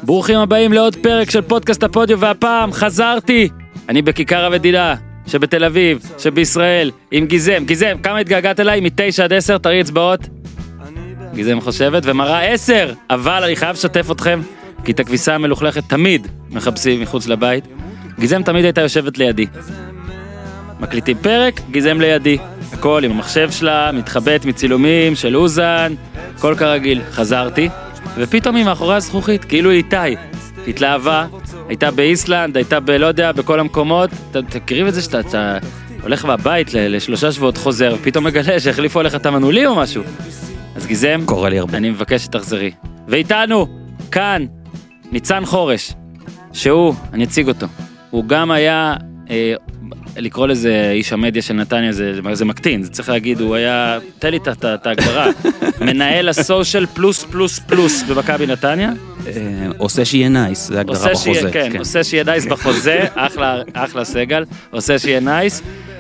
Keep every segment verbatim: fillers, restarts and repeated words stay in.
ברוכים הבאים לעוד פרק של פודקאסט הפודיו, והפעם חזרתי. אני בכיכר המדינה, שבתל אביב, שבישראל, עם גיזם. גיזם, כמה התגעגעת אליי? מתשע עד עשר, תראי אצבעות. גיזם חושבת ומראה עשר, אבל אני חייב לשתף אתכם, כי את הכביסה המלוכלכת תמיד מחפשים מחוץ לבית. גיזם תמיד הייתה יושבת לידי. מקליטים פרק, גיזם לידי. הכל עם המחשב שלה, מתחבט מצילומים של אוזן, כל כרגיל. חזרתי, ופתאום היא מאחורי הזכוכית, כאילו היא איתי. התלהבה, הייתה באיסלנד, הייתה ב, לא יודע, בכל המקומות. תקריב את זה שאתה אתה הולך בבית לשלושה שבועות חוזר, ופתאום מגלה שהחליפו עליך את המנעולים או משהו. אז גיזם, קורא לי הרבה. אני מבקש שתחזרי. ואיתנו, כאן, ניצן חורש, שהוא, אני אציג אותו, הוא גם היה, אה, לקרוא לזה איש המדיה של נתניה, זה, זה מקטין, זה צריך להגיד, הוא היה, תן לי את ההגדרה, מנהל הסושיאל פלוס פלוס פלוס במכבי נתניה. עושה שיהיה נייס, זה הגדרה בחוזה. כן, עושה שיהיה נייס בחוזה, אחלה סגל, עושה שיהיה נייס,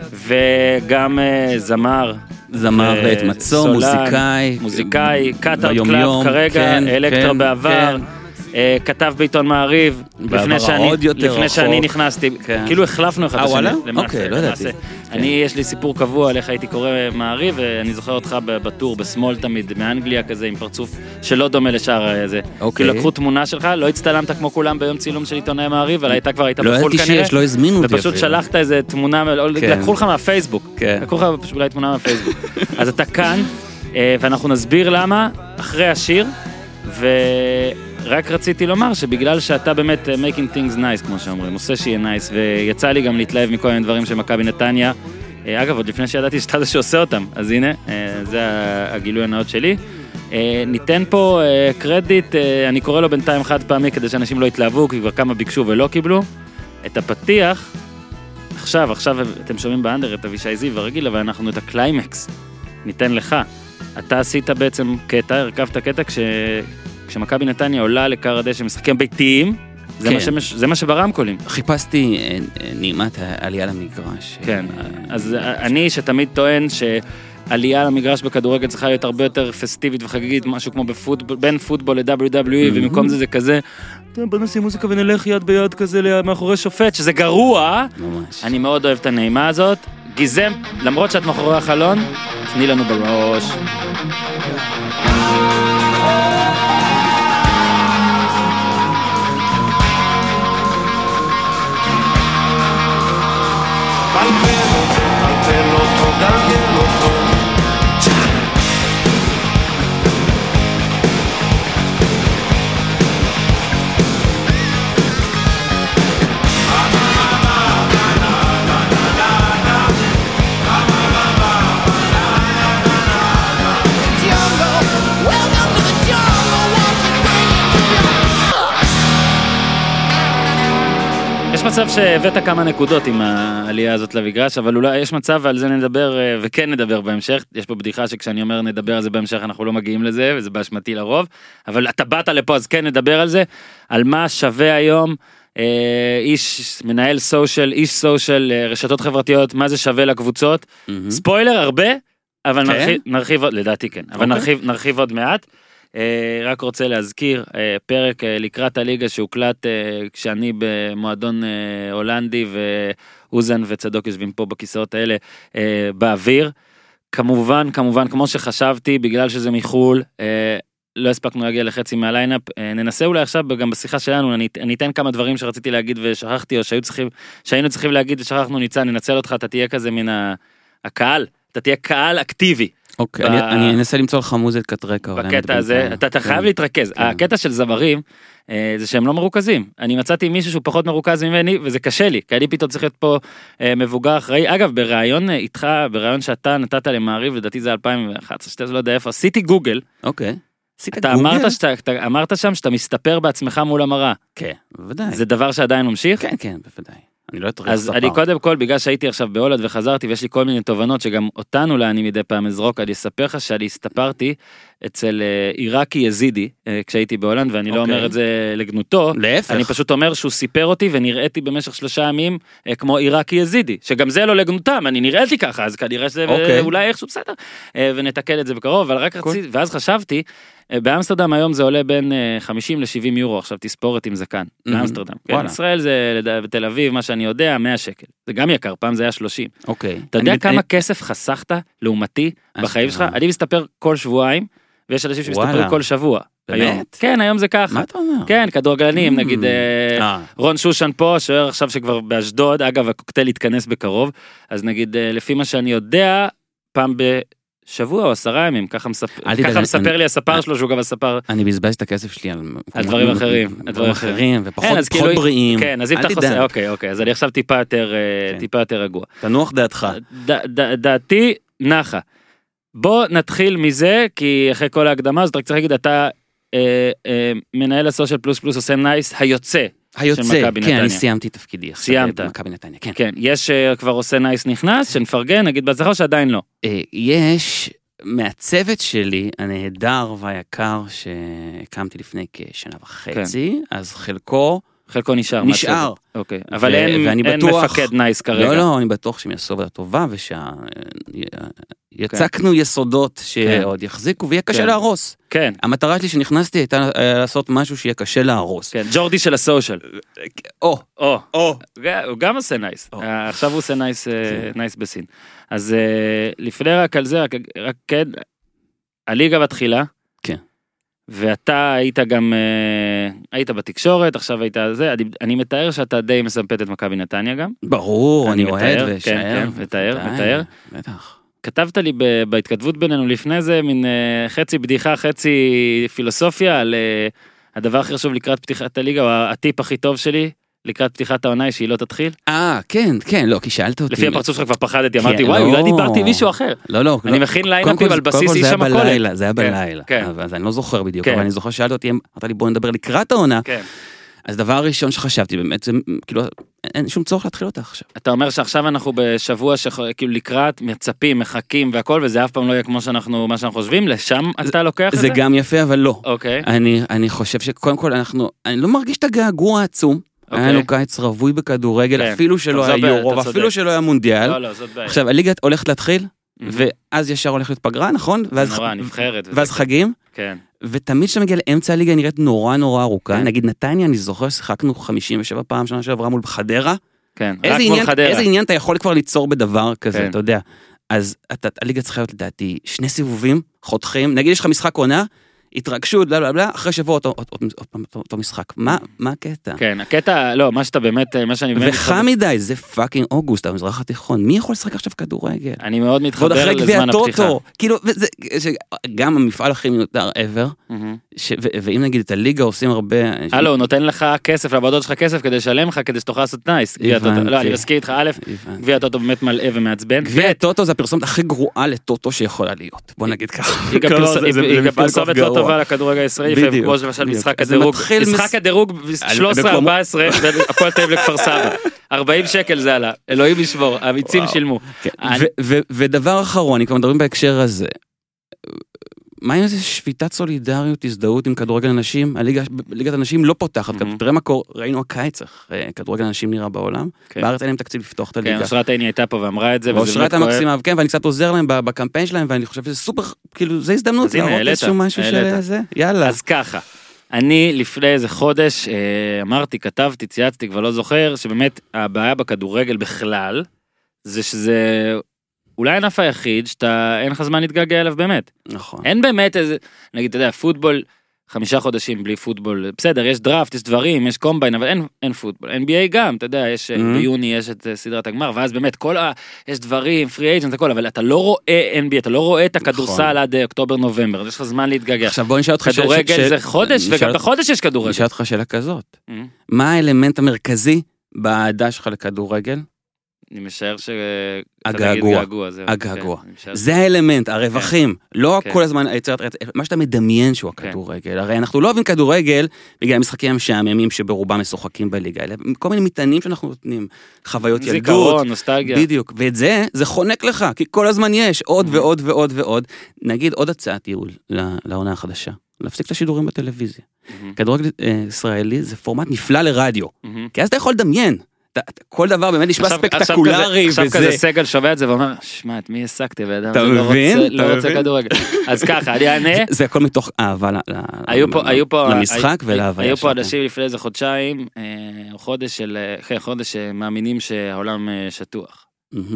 וגם זמר. זמר ואת מצוא, מוזיקאי. מוזיקאי, קאט-אוט קלאב כרגע, אלקטרה בעבר. כתב בעיתון מעריב, לפני שאני נכנסתי, כאילו החלפנו אחד השני. אוקיי, לא ידעתי. אני, יש לי סיפור קבוע עליך, הייתי קורא מעריב, ואני זוכר אותך בטור, בשמאל תמיד, מאנגליה כזה, עם פרצוף שלא דומה לשאר הזה. כאילו לקחו תמונה שלך, לא הצטלמת כמו כולם ביום צילום של עיתונאי מעריב, אבל הייתה כבר, היית בחול כנראה. לא ידעתי שיש, לא הזמינו אותי. ופשוט שלחת איזה תמונה, לקחו לך מהפייסבוק. לקחו לך פשוט אולי תמונה מהפייסבוק. אז אתה כאן, ואנחנו נסביר למה, אחרי השיר, ו... רק רציתי לומר שבגלל שאתה באמת making things nice, כמו שאומרים, עושה שיהיה nice, ויצא לי גם להתלהב מכל מיני דברים של מכבי נתניה. אגב, עוד לפני שידעתי שאתה זה שעושה אותם, אז הנה, זה הגילוי הנאות שלי. ניתן פה קרדיט, אני קורא לו בינתיים חד פעמי, כדי שאנשים לא יתלהבו, כי כבר כמה ביקשו ולא קיבלו. את הפתיח, עכשיו, עכשיו אתם שומעים באנדר את אבישי זיו הרגיל, אבל אנחנו את הקליימקס ניתן לך. אתה עשית בעצם קטע, הרכבת קטע כש... כשמכבי נתניה עולה לקר הדשא משחקים ביתיים, זה, כן. מה, ש... זה מה שברמקולים. חיפשתי נעימת העלייה למגרש. כן, אז אני שתמיד טוען שעלייה למגרש בכדורגל צריכה להיות הרבה יותר פסטיבית וחגיגית, משהו כמו בפוטבול, בין פוטבול ל-דאבליו דאבליו אי, ומקום זה זה כזה, בוא נשים מוזיקה ונלך יד ביד כזה מאחורי שופט, שזה גרוע. ממש. אני מאוד אוהב את הנעימה הזאת. גיזם, למרות שאת מאחורי החלון, תני לנו בראש. יש מצב שהבאת כמה נקודות עם העלייה הזאת למגרש, אבל אולי יש מצב ועל זה נדבר וכן נדבר בהמשך. יש פה בדיחה שכשאני אומר נדבר על זה בהמשך אנחנו לא מגיעים לזה, וזה באשמתי לרוב, אבל אתה באת לפה אז כן נדבר על זה, על מה שווה היום איש מנהל סושיאל, איש סושיאל, רשתות חברתיות, מה זה שווה לקבוצות. ספוילר הרבה, אבל נרחיב, לדעתי כן, אבל נרחיב עוד מעט. רק רוצה להזכיר, פרק לקראת הליגה שהוקלט כשאני במועדון הולנדי ואוזן וצדוק יושבים פה בכיסאות האלה באוויר. כמובן, כמובן, כמו שחשבתי, בגלל שזה מחול, לא הספקנו להגיע לחצי מהליינאפ, ננסה אולי עכשיו גם בשיחה שלנו, אני, אני אתן כמה דברים שרציתי להגיד ושכחתי, או שהיו צריכים, שהיינו צריכים להגיד ושכחנו, ניצן, ננצל אותך, אתה תהיה כזה מן הקהל, אתה תהיה קהל אקטיבי. אוקיי, אני אנסה למצוא לך מוזיקת רקע. בקטע הזה, אתה חייב להתרכז. הקטע של זמרים, זה שהם לא מרוכזים. אני מצאתי מישהו שהוא פחות מרוכז ממני, וזה קשה לי, כי אני פתאום צריך להיות פה מבוגר אחראי. אגב, ברעיון איתך, ברעיון שאתה נתת למעריב, לדעתי זה אלפיים ואחת עשרה, לא יודע איפה, עשיתי גוגל. אוקיי. אתה אמרת, שאתה, אתה אמרת שם שאתה מסתפר בעצמך מול המראה. כן, בוודאי. זה דבר שעדיין ממשיך? כן, כן, בוודאי. אני לא אתריך אז אני קודם כל, בגלל שהייתי עכשיו בהולד וחזרתי, ויש לי כל מיני תובנות שגם אותנו לה אני מדי פעם אזרוק, אני אספר לך שאני הסתפרתי אצל עיראקי יזידי, כשהייתי בהולנד, ואני לא אומר את זה לגנותו, להפך. אני פשוט אומר שהוא סיפר אותי, ונראיתי במשך שלושה ימים, כמו עיראקי יזידי, שגם זה לא לגנותם, אני נראיתי ככה, אז כנראה שזה אולי איכשהו בסדר, ונתקל את זה בקרוב, אבל רק רציתי, ואז חשבתי, באמסטרדם היום זה עולה בין חמישים ל-שבעים יורו, עכשיו תספורת עם זקן, באמסטרדם. בישראל זה, בתל אביב, מה שאני יודע, מאה שקל. זה גם יקר, פעם זה היה שלושים. אוקיי. אתה יודע כמה כסף חסכת לעומתי בחיים שלך? אני מסתפר כל שבועיים, ויש אנשים שמסתפרים כל שבוע. באמת? כן, היום זה ככה. מה אתה אומר? כן, כדורגלנים, נגיד רון שושן פה, שוער עכשיו שכבר באשדוד, אגב, הקוקטייל יתכנס בקרוב, אז נגיד, לפי מה שאני יודע, פעם בשבוע או עשרה ימים, ככה מספר לי הספר שלו, שהוא גם הספר... אני בזבז את הכסף שלי על דברים אחרים, על דברים אחרים, ופחות בריאים. כן, אז אם אתה חוסר, אוקיי, אוקיי, אז אני עכשיו טיפה יותר רגוע. תנוח דעתך. דעתי נחה. בוא נתחיל מזה, כי אחרי כל ההקדמה הזאת, רק צריך להגיד, אתה מנהל הסושיאל פלוס פלוס עושה נייס היוצא. היוצא, כן, אני סיימתי תפקידי. סיימת. במכבי נתניה, כן. כן, יש כבר עושה נייס נכנס, שנפרגן, נגיד בהצלחה שעדיין לא. יש מהצוות שלי, הנהדר והיקר, שהקמתי לפני כשנה וחצי, אז חלקו... חלקו נשאר. נשאר. אוקיי, אבל אין מפקד נייס כרגע. לא, לא, אני בטוח שהם יעשו עבודה טובה, יצקנו יסודות שעוד יחזיקו, ויהיה קשה להרוס. כן. המטרה שלי שנכנסתי הייתה לעשות משהו שיהיה קשה להרוס. כן, ג'ורדי של הסושיאל. או. או. או. הוא גם עושה נייס. עכשיו הוא עושה נייס בסין. אז לפני רק על זה, רק כן, הליגה בתחילה. כן. ואתה היית גם, היית בתקשורת, עכשיו היית זה, אני מתאר שאתה די מסמפת את מכבי נתניה גם. ברור, אני אוהד ושאר. כן, כן, מתאר, מתאר. בטח. כתבת לי בהתכתבות בינינו לפני זה, מין חצי בדיחה, חצי פילוסופיה, על הדבר הכי חשוב לקראת פתיחת הליגה, או הטיפ הכי טוב שלי, לקראת פתיחת העונה שהיא לא תתחיל. אה, כן, כן, לא, כי שאלת אותי. לפי הפרצוף שלך כבר פחדתי, אמרתי, וואי, אולי דיברתי עם מישהו אחר. לא, לא. אני מכין ליינאפים על בסיס איש המקולת. זה היה בלילה, אז אני לא זוכר בדיוק, אבל אני זוכר שאלת אותי, אמרת לי, בוא נדבר לקראת העונה. אז דבר ראשון שחשבתי, באמת, זה כאילו, אין שום צורך להתחיל אותה עכשיו. אתה אומר שעכשיו אנחנו בשבוע שכאילו לקראת, מצפים, מחכים והכל, וזה אף פעם לא יהיה כמו שאנחנו, מה שאנחנו חושבים, לשם אתה לוקח את זה? זה גם יפה, אבל לא. אוקיי. אני חושב שקודם כל אנחנו, אני לא מרגיש את הגעגוע העצום, היה לו קיץ רווי בכדורגל, אפילו שלא היה יורו, אפילו שלא היה מונדיאל. לא, לא, זאת בעיה. עכשיו, הליגה הולכת להתחיל, ואז ישר הולכת להתפגרה, נכון? נורא, נבחרת. ואז חגים. כן. ותמיד כשאתה מגיע לאמצע הליגה נראית נורא נורא ארוכה, נגיד נתניה, אני זוכר ששיחקנו חמישים ושבע פעם שנה שעברה מול חדרה. כן, רק מול חדרה. איזה עניין אתה יכול כבר ליצור בדבר כזה, אתה יודע. אז הליגה צריכה להיות לדעתי שני סיבובים, חותכים, נגיד יש לך משחק עונה, התרגשות, בלה בלה בלה, אחרי שבוע אותו משחק. מה הקטע? כן, הקטע, לא, מה שאתה באמת, מה שאני באמת... וחם מדי, זה פאקינג אוגוסט, המזרח התיכון, מי יכול לשחק עכשיו כדורגל? אני מאוד מתחבר לזמן הפתיחה. כאילו, גם המפעל הכי מיותר ever, ואם נגיד את הליגה עושים הרבה... הלו, הוא נותן לך כסף, לעבודות שלך כסף כדי לשלם לך, כדי שתוכל לעשות נייס. לא, אני מסכים איתך, א', גביע טוטו באמת מלא ומעצבן. גביע טוטו זה הפרסומת הכי גרועה לטוטו שיכולה להיות. בוא נגיד ככה. היא פרסומת לא טובה לכדורגל הישראלי, כמו למשל משחק הדירוג. משחק הדירוג שלוש עשרה ארבע עשרה, הפועל תל אביב לכפר סבא. ארבעים שקל זה עלה. אלוהים ישמור, האמיצים שילמו. ודבר אחרון, אני כבר מדברים בהקשר הזה. מה עם איזה שביתת סולידריות, הזדהות עם כדורגל אנשים? הליגת אנשים לא פותחת, תראה מה קורה, ראינו הקיץ, כדורגל אנשים נראה בעולם, בארץ אין להם תקציב לפתוח את הליגה. כן, אושרת עיני הייתה פה ואמרה את זה, ואושרת המקסימה, כן, ואני קצת עוזר להם בקמפיין שלהם, ואני חושב שזה סופר, כאילו, זה הזדמנות להראות איזשהו משהו של זה, יאללה. אז ככה, אני לפני איזה חודש, אמרתי, כתבתי, צייצתי, כבר לא זוכר, שבאמת הבעיה בכדורגל בכלל, זה שזה אולי הענף היחיד שאתה, אין לך זמן להתגעגע אליו באמת. נכון. אין באמת איזה, נגיד, אתה יודע, פוטבול, חמישה חודשים בלי פוטבול, בסדר, יש דראפט, יש דברים, יש קומביין, אבל אין, אין פוטבול. אן בי איי גם, אתה יודע, יש, mm-hmm. ביוני יש את סדרת הגמר, ואז באמת, כל ה, יש דברים, פרי אייג'נט, הכל, אבל אתה לא רואה אן בי איי, אתה לא רואה את הכדורסל נכון. עד אוקטובר, נובמבר, יש לך זמן להתגעגע. עכשיו בוא נשאל אותך כדורגל ש... זה חודש, וגם בחודש יש כדורגל. נשאל אותך שאלה כזאת. Mm-hmm. מה האלמנט המרכזי בעדה שלך לכדורגל? אני משער ש... הגעגוע, הגעגוע. זה האלמנט, הרווחים, לא כל הזמן, מה שאתה מדמיין שהוא הכדורגל, הרי אנחנו לא אוהבים כדורגל בגלל המשחקים המשעממים שברובם משוחקים בליגה, אלא כל מיני מטענים שאנחנו נותנים, חוויות ילדות, זיכרון, נוסטלגיה. בדיוק, ואת זה, זה חונק לך, כי כל הזמן יש עוד ועוד ועוד ועוד. נגיד עוד הצעת ייעול לעונה החדשה, להפסיק את השידורים בטלוויזיה. כדורגל ישראלי זה פורמט נפלא לרדיו, כי אז אתה יכול לדמיין. כל דבר באמת נשמע ספקטקולרי. עכשיו כזה סגל שווה את זה ואומר, שמע, את מי עסקתי בידם? אתה מבין? לא רוצה כדורגל. אז ככה, אני אענה. זה הכל מתוך אהבה למשחק ולהוויה. היו פה אנשים לפני איזה חודשיים, חודש של, חודש שמאמינים שהעולם שטוח.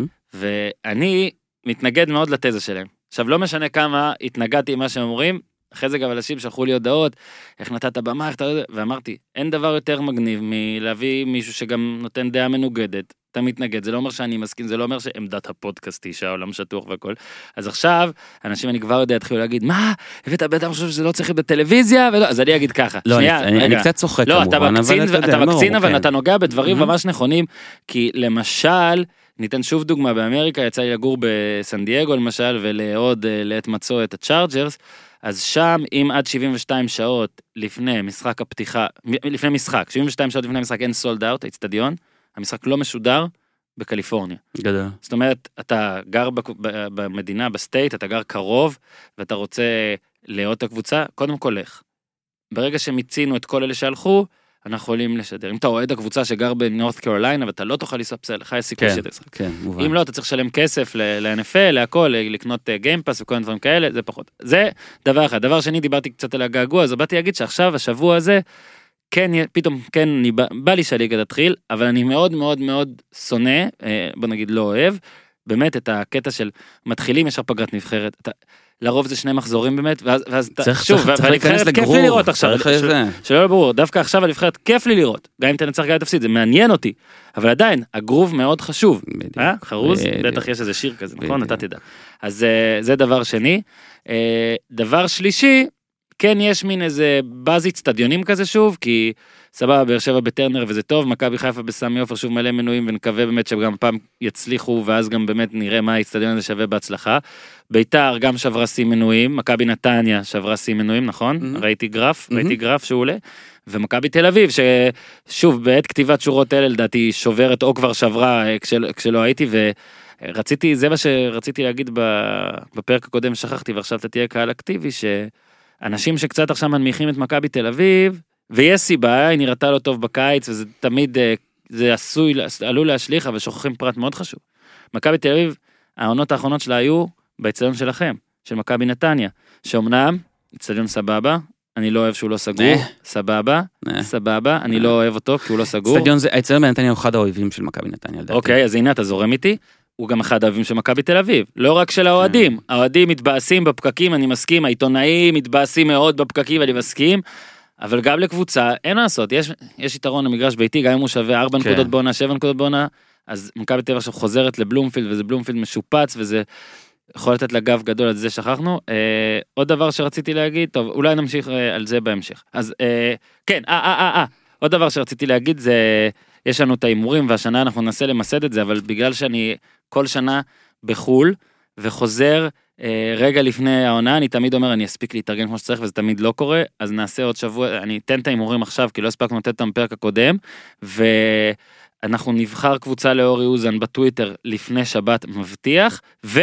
ואני מתנגד מאוד לתזה שלהם. עכשיו, לא משנה כמה התנגדתי עם מה שהם אומרים, אחרי זה גם אנשים שלחו לי הודעות, איך נתת במה, ואמרתי, אין דבר יותר מגניב מלהביא מישהו שגם נותן דעה מנוגדת, אתה מתנגד, זה לא אומר שאני מסכים, זה לא אומר שעמדת הפודקאסט היא שהעולם שטוח והכל. אז עכשיו, אנשים אני כבר יודע, התחילו להגיד, מה, הבאת בטח חושב שזה לא צריך בטלוויזיה, ולא, אז אני אגיד ככה. לא, אני קצת צוחק כמובן, אבל אתה מקצין, אבל אתה נוגע בדברים ממש נכונים, כי למשל, ניתן שוב דוגמה, באמריקה יצא לי לגור בסן דייגו למשל, ולעוד לעת מצוא את הצ'ארג'רס, אז שם, אם עד שבעים ושתיים שעות לפני משחק הפתיחה, לפני משחק, שבעים ושתיים שעות לפני משחק אין סולד אאוט, האצטדיון, המשחק לא משודר בקליפורניה. גדול. זאת אומרת, אתה גר במדינה, בסטייט, אתה גר קרוב, ואתה רוצה לראות את הקבוצה, קודם כל לך. ברגע שמיצינו את כל אלה שהלכו, אנחנו יכולים לשדר. אם אתה אוהד הקבוצה שגר בנורת' קרוליינה, ואתה לא תוכל לספסל, לך יש סיכוי שתשחק. כן, מובן. אם לא, אתה צריך לשלם כסף ל-אן אף אל, להכל, לקנות גיימפאס וכל מיני דברים כאלה, זה פחות. זה דבר אחד. דבר שני, דיברתי קצת על הגעגוע, אז באתי להגיד שעכשיו, השבוע הזה, כן, פתאום, כן, בא לי שהליגה תתחיל, אבל אני מאוד מאוד מאוד שונא, בוא נגיד לא אוהב, באמת את הקטע של מתחילים, יש פגרת נבחרת, אתה... לרוב זה שני מחזורים באמת, ואז, ואז צריך, שוב, צריך, צריך להיכנס לגרוב, כיף לי לראות עכשיו, של, שלא ברור, דווקא עכשיו הנבחרת כיף לי לראות, גם אם תנצח גם תפסיד, זה מעניין אותי, אבל עדיין, הגרוב מאוד חשוב, בדיוק, אה? חרוז, בדיוק. בטח יש איזה שיר כזה, בדיוק. נכון? אתה תדע. אז זה דבר שני. דבר שלישי, כן יש מין איזה בזית סטדיונים כזה שוב, כי סבבה, באר שבע בטרנר וזה טוב, מכבי חיפה בסמי עופר שוב מלא מנויים, ונקווה באמת שגם פעם יצליחו, ואז גם באמת נראה מה האצטדיון הזה שווה בהצלחה. ביתר גם שברה סי מנויים, מכבי נתניה שברה סי מנויים, נכון? Mm-hmm. ראיתי גרף, mm-hmm. ראיתי גרף שהוא עולה, ומכבי תל אביב, ששוב, בעת כתיבת שורות אלה, לדעתי שוברת או כבר שברה כשל, כשלא הייתי, ורציתי, זה מה שרציתי להגיד בפרק הקודם, שכחתי, ועכשיו אתה תהיה קהל אקטיבי, שאנשים שקצת עכשיו מנמיכים את מכבי תל אביב, ויש סיבה, היא נראתה לא טוב בקיץ, וזה תמיד, זה עשוי, עלול להשליך, אבל שוכחים פרט מאוד חשוב. מכבי תל אביב, העונות האחרונות שלה היו באצטדיון שלכם, של מכבי נתניה, שאומנם, אצטדיון סבבה, אני לא אוהב שהוא לא סגור, סבבה, סבבה, אני לא אוהב אותו, כי הוא לא סגור. אצטדיון זה, האצטדיון בנתניה הוא אחד האויבים של מכבי נתניה. אוקיי, אז הנה, אתה זורם איתי, הוא גם אחד האוהבים של מכבי תל אביב, לא רק של האוהדים, האוהדים מתבאסים בפקקים, אני מסכים, העיתונאים מתבאסים מאוד בפקקים, אני מסכים, אבל גם לקבוצה, אין לעשות, יש, יש יתרון למגרש ביתי, גם אם הוא שווה ארבע נקודות בעונה, שבע נקודות בעונה, אז מכבי תל אביב עכשיו חוזרת לבלומפילד, וזה בלומפילד משופץ, וזה יכול לתת לה גב גדול, על זה שכחנו. אה, עוד דבר שרציתי להגיד, טוב, אולי נמשיך אה, על זה בהמשך. אז אה, כן, אה, אה, אה, אה, עוד דבר שרציתי להגיד זה, יש לנו את האימורים, והשנה אנחנו ננסה למסד את זה, אבל בגלל שאני כל שנה בחול, וחוזר אה, רגע לפני העונה, אני תמיד אומר, אני אספיק להתארגן כמו שצריך, וזה תמיד לא קורה, אז נעשה עוד שבוע, אני אתן את האימורים עכשיו, כי לא הספקנו לתת אותם פרק הקודם, ואנחנו נבחר קבוצה לאורי אוזן בטוויטר לפני שבת מבטיח, ו...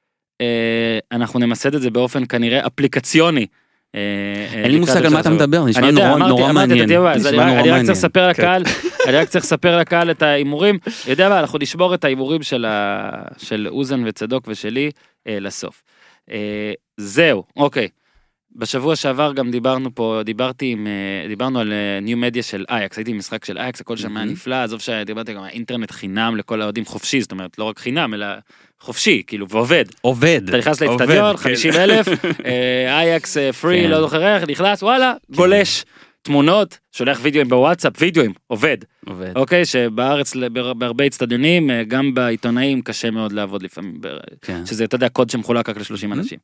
אנחנו נמסד את זה באופן כנראה אפליקציוני. אין לי מושג על מה אתה מדבר, נשמע נורא מעניין. אני רק צריך לספר לקהל, אני רק צריך לספר לקהל את האימורים, יודע מה, אנחנו נשבור את האימורים של אוזן וצדוק ושלי לסוף. זהו, אוקיי. בשבוע שעבר גם דיברנו פה, דיברתי עם, דיברנו על ניו מדיה של אייקס, הייתי במשחק של אייקס, הכל שם היה נפלא, עזוב שדיברתי גם על אינטרנט חינם לכל האוהדים חופשי, זאת אומרת, לא רק חינם, אלא חופשי, כאילו, ועובד. עובד. אתה נכנס לאצטדיון, חמישים אלף, אייקס פרי, לא זוכר איך, נכנס, וואלה, גולש, תמונות, שולח וידאוים בוואטסאפ, וידאוים, עובד. עובד. אוקיי, שבארץ, בהרבה אצטדיונים, גם בעיתונאים קשה מאוד לעבוד לפעמים, שזה, אתה יודע, קוד שמחולק רק ל-שלושים אנשים.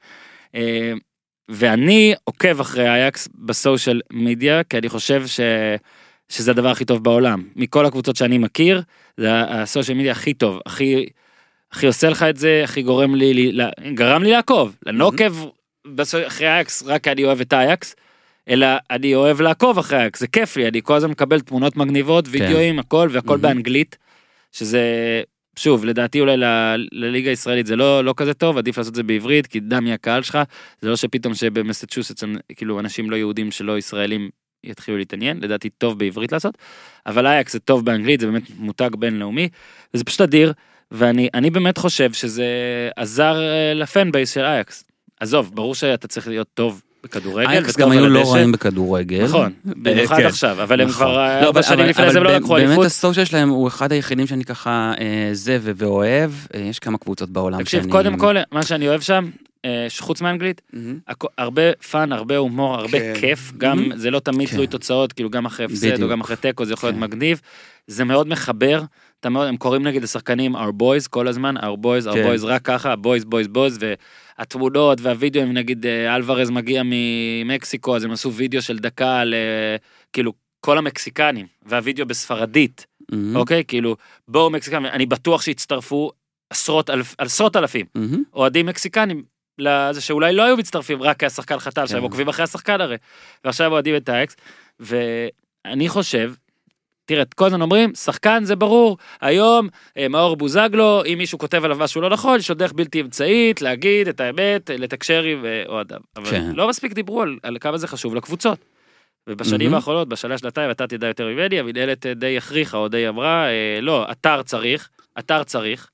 ואני עוקב אחרי אייקס בסושיאל מדיה, כי אני חושב שזה הדבר הכי טוב בעולם. מכל הקבוצות שאני מכיר, זה הסושיאל מדיה הכי טוב, הכי, הכי עושה לך את זה, הכי גורם לי, גרם לי לעקוב. אני לא עוקב אחרי אייקס, רק כי אני אוהב את אייקס, אלא אני אוהב לעקוב אחרי אייקס, זה כיף לי, אני כל הזמן מקבל תמונות מגניבות, וידאוים, הכל, והכל באנגלית, שזה, שוב, לדעתי אולי לליגה הישראלית זה לא, לא כזה טוב, עדיף לעשות את זה בעברית, כי דם היא הקהל שלך, זה לא שפתאום שבמסצ'וסטס, כאילו אנשים לא יהודים שלא ישראלים יתחילו להתעניין, לדעתי טוב בעברית לעשות, אבל אייקס זה טוב באנגלית, זה באמת מותג בינלאומי, וזה פשוט אדיר, ואני אני באמת חושב שזה עזר לפן בייס של אייקס. עזוב, ברור שאתה צריך להיות טוב בכדורגל. אייקס גם היו לא רעים בכדורגל. נכון, במיוחד עכשיו, אבל הם כבר ארבע שנים לפני זה לא לקחו אליפות. באמת הסושיאל שלהם הוא אחד היחידים שאני ככה זה ואוהב, יש כמה קבוצות בעולם. תקשיב, קודם כל, מה שאני אוהב שם, חוץ מאנגלית, הרבה פאן, הרבה הומור, הרבה כיף, גם זה לא תמיד תלוי תוצאות, כאילו גם אחרי הפסד או גם אחרי טקו, זה יכול להיות מגניב, זה מאוד מחבר, הם קוראים נגד השחקנים our boys כל הזמן, our boys, our boys רק ככה, boys, boys, boys, והתמונות והווידאוים, נגיד אלוורז מגיע ממקסיקו, אז הם עשו וידאו של דקה על כאילו כל המקסיקנים, והווידאו בספרדית, אוקיי? כאילו בואו מקסיקנים, אני בטוח שהצטרפו עשרות אלף, עשרות אלפים, אוהדים מקסיקנים, לזה שאולי לא היו מצטרפים רק כי השחקן חטא, שהם עוקבים אחרי השחקן הרי, ועכשיו אוהדים את האקס, ואני חושב, תראה, כל הזמן אומרים, שחקן זה ברור, היום מאור בוזגלו, אם מישהו כותב עליו משהו לא נכון, יש עוד דרך בלתי אמצעית, להגיד את האמת, לתקשר עם אוהדיו, אבל לא מספיק דיברו על, על כמה זה חשוב לקבוצות, ובשנים האחרונות, בשנה שנתיים, אתה תדע יותר ממני, המנהלת די הכריחה, או די אמרה, לא, אתר צריך, אתר צריך,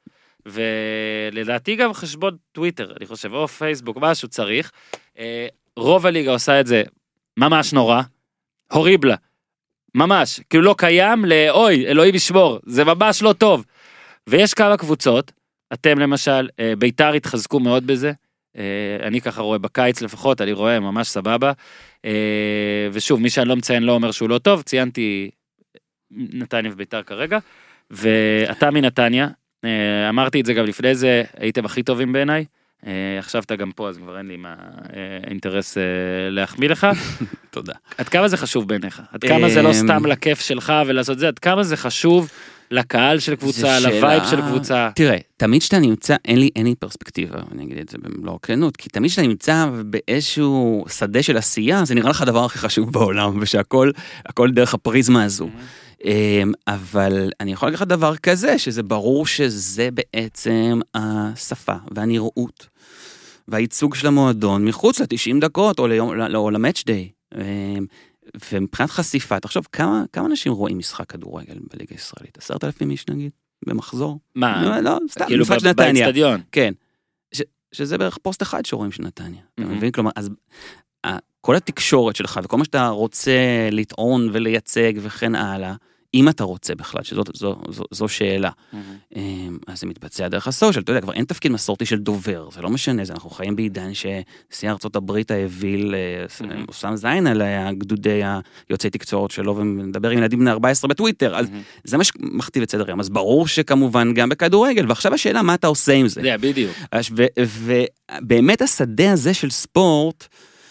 ולדעתי גם חשבון טוויטר, אני חושב, או פייסבוק, משהו צריך, רוב הליגה עושה את זה ממש נורא, הוריבלה, ממש, כאילו לא קיים לאוי, אלוהים ישמור, זה ממש לא טוב, ויש כמה קבוצות, אתם למשל, ביתר התחזקו מאוד בזה, אני ככה רואה בקיץ לפחות, אני רואה ממש סבבה, ושוב, מי שאני לא מציין לא אומר שהוא לא טוב, ציינתי נתניה וביתר כרגע, ואתה מנתניה, אמרתי את זה גם לפני זה, הייתם הכי טובים בעיניי, עכשיו אתה גם פה, אז כבר אין לי מה אינטרס להחמיא לך. תודה. עד כמה זה חשוב בעיניך? עד כמה זה לא סתם לכיף שלך ולעשות זה? עד כמה זה חשוב לקהל של קבוצה, לווייב של קבוצה? תראה, תמיד שאתה נמצא, אין לי, אין לי פרספקטיבה, אני אגיד את זה במלוא הכנות, כי תמיד שאתה נמצא באיזשהו שדה של עשייה, זה נראה לך הדבר הכי חשוב בעולם, ושהכל, הכל דרך הפריזמה הזו. אבל אני יכול להגיד לך דבר כזה, שזה ברור שזה בעצם השפה והנראות, והייצוג של המועדון מחוץ ל-תשעים דקות, או למאץ' דיי. ומבחינת חשיפה, תחשוב, כמה, כמה אנשים רואים משחק כדורגל בליגה הישראלית? עשרת אלפים איש נגיד, במחזור? מה? לא, סתם, כאילו באצטדיון. כן. ש, שזה בערך פוסט אחד שרואים של נתניה. אתה מבין? כלומר, אז כל התקשורת שלך, וכל מה שאתה רוצה לטעון ולייצג וכן הלאה, אם אתה רוצה בכלל, שזו זו, זו, זו שאלה, mm-hmm. אז זה מתבצע דרך הסושיאל, אתה יודע, כבר אין תפקיד מסורתי של דובר, זה לא משנה, זה אנחנו חיים בעידן שנשיא ארצות הברית האוויל, mm-hmm. הוא שם זין על הגדודי היוצאי תקשורת שלו, ומדבר עם ילדים בני ארבע עשרה בטוויטר, אז mm-hmm. זה מה שמכתיב את סדר יום, אז ברור שכמובן גם בכדורגל, ועכשיו השאלה מה אתה עושה עם זה. זה, בדיוק. ובאמת השדה הזה של ספורט,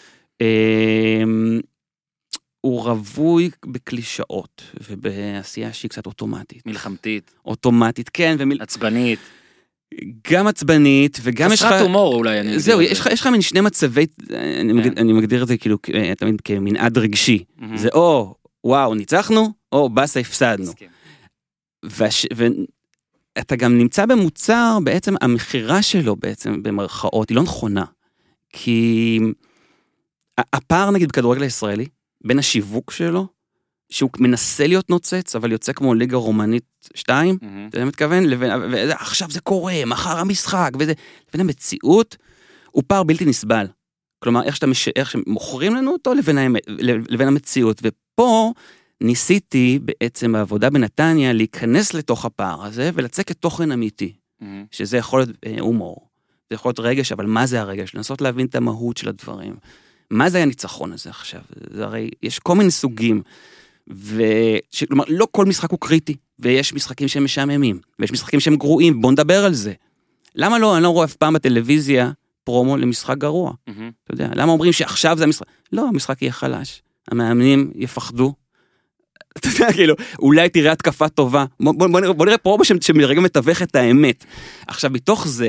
הוא רווי בקלישאות, ובעשייה שהיא קצת אוטומטית. מלחמתית. אוטומטית, כן. ומיל... עצבנית. גם עצבנית, וגם יש לך... חסרת הומור אולי. אני זהו, יש לך, יש לך מין שני מצבי, אני, מגדיר, אני מגדיר את זה כאילו, תמיד כמנעד רגשי. Mm-hmm. זה או, וואו, ניצחנו, או בסה הפסדנו. וש... ואתה גם נמצא במוצר, בעצם המחירה שלו בעצם, במרכאות, היא לא נכונה. כי הפער נגיד בכדורגל הישראלי, בין השיווק שלו, שהוא מנסה להיות נוצץ, אבל יוצא כמו ליגה רומנית שתיים, אתה מתכוון, ועכשיו זה קורה, מחר המשחק, וזה, לבין המציאות, הוא פער בלתי נסבל. כלומר, איך שאתה, איך שמוכרים לנו אותו, לבין, לבין המציאות. ופה ניסיתי בעצם בעבודה בנתניה, להיכנס לתוך הפער הזה, ולצק את תוכן אמיתי, שזה יכול להיות הומור, זה יכול להיות רגש, אבל מה זה הרגש? לנסות להבין את המהות של הדברים. מה זה הניצחון הזה עכשיו? זה הרי, יש כל מיני סוגים, וכלומר, לא כל משחק הוא קריטי, ויש משחקים שהם משעממים, ויש משחקים שהם גרועים, בוא נדבר על זה. למה לא, אני לא רואה אף פעם בטלוויזיה פרומו למשחק גרוע. אתה יודע, למה אומרים שעכשיו זה המשחק? לא, המשחק יהיה חלש, המאמנים יפחדו, אתה יודע, כאילו, אולי תראה התקפה טובה, בוא, בוא, בוא, בוא נראה פרומו שמרגע מתווך את האמת. עכשיו, מתוך זה,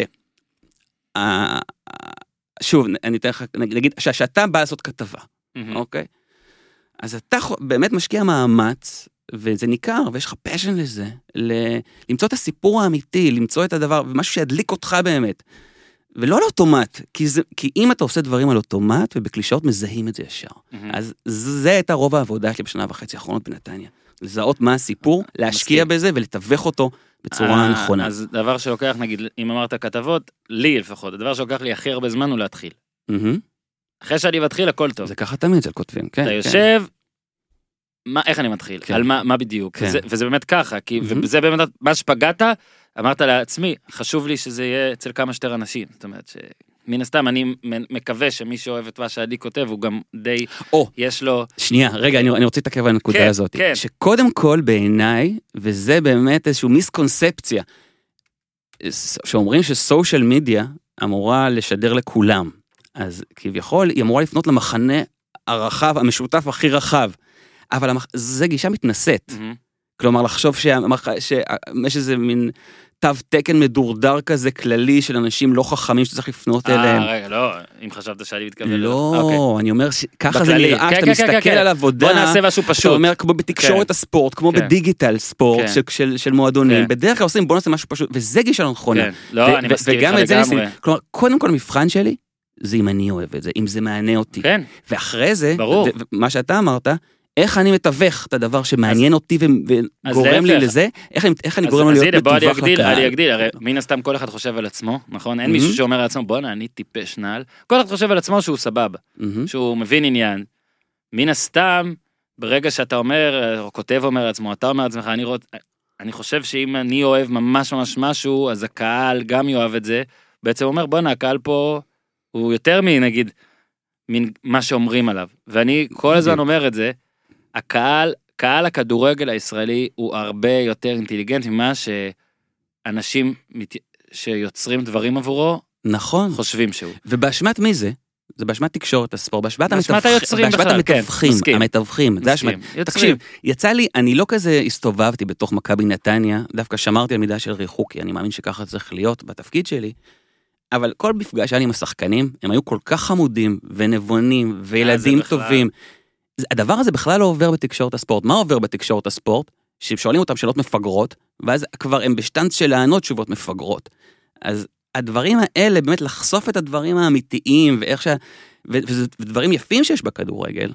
שוב, אני אתן לך, נגיד, שאתה בא לעשות כתבה, אוקיי? אז אתה באמת משקיע מאמץ, וזה ניכר, ויש לך פשן לזה, למצוא את הסיפור האמיתי, למצוא את הדבר, ומשהו שידליק אותך באמת. ולא על אוטומט, כי, זה, כי אם אתה עושה דברים על אוטומט, ובקלישאות מזהים את זה ישר. Mm-hmm. אז זה הייתה רוב העבודה שלי בשנה וחצי האחרונות בנתניה. לזהות מה הסיפור, להשקיע בזה ולתווך אותו בצורה נכונה. אז דבר שלוקח, נגיד, אם אמרת כתבות, לי לפחות, הדבר שלוקח לי הכי הרבה זמן הוא להתחיל. Mm-hmm. אחרי שאני מתחיל, הכל טוב. זה ככה תמיד אצל כותבים, כן. אתה כן. יושב, מה, איך אני מתחיל? כן. על מה, מה בדיוק? כן. וזה, וזה באמת ככה, כי, mm-hmm. וזה באמת מה שפגעת, אמרת לעצמי, חשוב לי שזה יהיה אצל כמה שיותר אנשים. זאת אומרת שמן הסתם אני מקווה שמי שאוהב את מה שעדי כותב, הוא גם די, או, יש לו... שנייה, רגע, אני, אני רוצה להתעכב על הנקודה כן, הזאת. כן. שקודם כל בעיניי, וזה באמת איזשהו מיסקונספציה, שאומרים שסושיאל מדיה אמורה לשדר לכולם. אז כביכול היא אמורה לפנות למחנה הרחב, המשותף הכי רחב. אבל המח... זה גישה מתנשאת. Mm-hmm. כלומר, לחשוב שהמח... שיש איזה מין תו תקן מדורדר כזה כללי של אנשים לא חכמים שצריך לפנות אליהם. אה, רגע, לא, אם חשבת שאני מתכוון. לא, אני אומר שככה זה נראה, שאתה מסתכל על עבודה, בוא נעשה משהו פשוט. אתה אומר כמו בתקשורת הספורט, כמו בדיגיטל ספורט של מועדונים, בדרך כלל עושים בוא נעשה משהו פשוט, וזה גישה לא נכונה. לא, אני מסכים לך לגמרי. כלומר, קודם כל המבחן שלי, זה אם אני אוהב את זה, אם זה מענה אותי. ואחרי זה, מה שאתה אמרת, איך אני מתווך את הדבר שמעניין אותי וגורם לי לזה, איך אני גורם לי להיות מתווך לקהל. אני אגדיל, הרי מן הסתם כל אחד חושב על עצמו, נכון? אין מישהו שאומר על עצמו, בוא נה, אני טיפש נעל. כל אחד חושב על עצמו שהוא סבבה, שהוא מבין עניין. מן הסתם, ברגע שאתה אומר, או כותב אומר על עצמו, אתה אומר על עצמך, אני חושב שאם אני אוהב ממש ממש משהו, אז הקהל גם יאהב את זה. בעצם אומר, בוא נה, הקהל פה הוא יותר מנגיד, מה שאומרים עליו. ואני כל הזמן אומר את זה, הקהל, קהל הכדורגל הישראלי הוא הרבה יותר אינטליגנט ממה שאנשים שיוצרים דברים עבורו, נכון. חושבים שהוא. ובאשמת מי זה? זה באשמת תקשורת הספורט, באשמת המתווכים, המתווכים, זה אשמת. תקשיב, יצא לי, אני לא כזה הסתובבתי בתוך מכבי נתניה, דווקא שמרתי על מידה של ריחוק, כי אני מאמין שככה צריך להיות בתפקיד שלי, אבל כל מפגש שהיה לי עם השחקנים, הם היו כל כך חמודים ונבונים וילדים טובים. הדבר הזה בכלל לא עובר בתקשורת הספורט. מה עובר בתקשורת הספורט? ששואלים אותם שאלות מפגרות, ואז כבר הם בשטנץ של לענות תשובות מפגרות. אז הדברים האלה, באמת לחשוף את הדברים האמיתיים, ואיך ש... וזה דברים יפים שיש בכדורגל.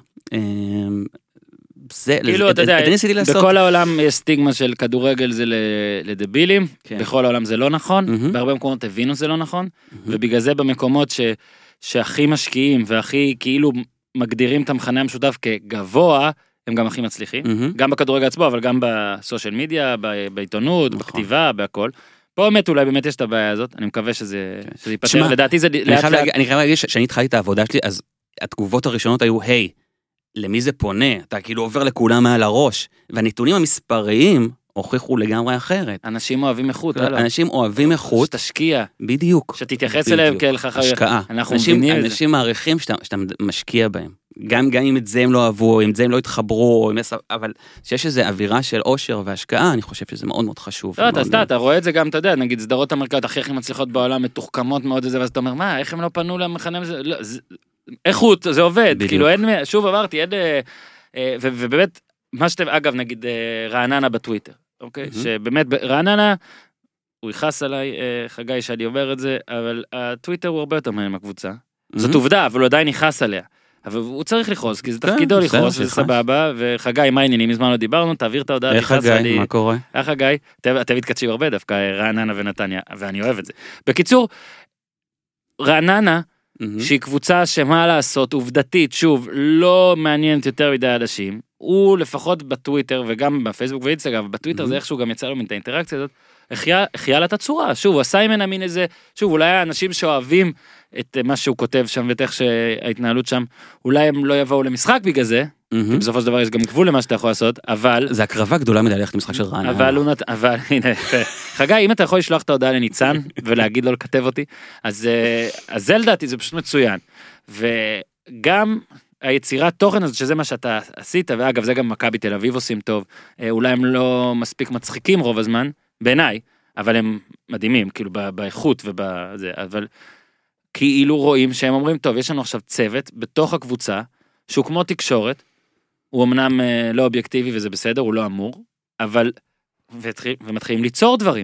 זה, כאילו, אתה יודע, בכל העולם יש סטיגמה של כדורגל זה לדבילים, בכל העולם זה לא נכון, בהרבה מקומות הבינו זה לא נכון, ובגלל זה במקומות שהכי משקיעים, והכי כאילו מגדירים את המחנה המשותף כגבוה, הם גם הכי מצליחים, גם בכדורגל עצמו, אבל גם בסושיאל מדיה, בעיתונות, בכתיבה, בהכל. פה באמת אולי באמת יש את הבעיה הזאת, אני מקווה שזה ייפטר, לדעתי זה... אני חייב להגיד שאני התחלתי את העבודה שלי, אז התגובות הראשונות היו, היי, למי זה פונה? אתה כאילו עובר לכולם מעל הראש, והנתונים המספריים הוכיחו לגמרי אחרת. אנשים אוהבים איכות, אנשים אוהבים איכות. שתשקיע. בדיוק. שתתייחס אליהם כאל חכם. השקעה. אנשים מעריכים שאתה משקיע בהם. גם אם את זה הם לא אהבו, אם את זה הם לא התחברו, אבל שיש איזו אווירה של עושר והשקעה, אני חושב שזה מאוד מאוד חשוב. לא, אתה רואה את זה גם, אתה יודע, נגיד סדרות אמריקאיות הכי הכי מצליחות בעולם, מתוחכמות מאוד וזה, ואז אתה אומר, מה, איך הם לא פנו למחנה? איכות, זה עובד. כאילו אין, שוב עברתי, אין, ובאמת, מה שאתם, אגב, נגיד רעננה בטוויטר, אוקיי? שבאמת, רעננה, הוא יכעס עליי, חגי שאני אומר את זה, אבל הטוויטר הוא הרבה יותר מעניין מהקבוצה. זאת עובדה, אבל הוא עדיין יכעס עליה. אבל הוא צריך לכעוס, כי זה תפקידו לכעוס, זה סבבה, וחגי, מה העניינים? מזמן לא דיברנו, תעביר את ההודעה, איך חגי, מה קורה? איך חגי? אתם מתקדשים הרבה דווקא, רעננה ונתניה, ואני אוהב את זה. בקיצור, רעננה, שהיא קבוצה שמה לעשות, עובדתית, שוב, לא מעניינת יותר מדי אנשים, הוא לפחות בטוויטר, וגם בפייסבוק ואינסטגרם, בטוויטר זה איכשהו גם יצא לו מן את האינטראקציה הזאת, החיה לה את הצורה, שוב, הוא עשה ממנה מין איזה, שוב, אולי האנשים שאוהבים את מה שהוא כותב שם, ואת איך שההתנהלות שם, אולי הם לא יבואו למשחק בגלל זה, כי בסופו של דבר יש גם גבול למה שאתה יכול לעשות, אבל... זה הקרבה גדולה מדי ללכת למשחק של רעננה. אבל הוא נת... אבל, הנה, חגי, אם אתה יכול לשלוח את ההודעה לניצן, ולהגיד לו לכתב אותי, אז זה לדעתי, זה פשוט מצוין. וגם, היצירת תוכן הזאת, שזה מה שאתה עשית, ואגב, זה גם מכבי תל אביב עושים טוב, אולי הם לא מספיק מצחיקים רוב הזמן, בעיניי, אבל הם מדהימים, כאילו, באיכות ובזה, אבל כאילו רואים שהם אומרים, טוב, יש לנו עכשיו צוות בתוך הקבוצה, שהוא כמו תקשורת, הוא אמנם לא אובייקטיבי וזה בסדר, הוא לא אמור, אבל, ומתחילים ליצור דברים,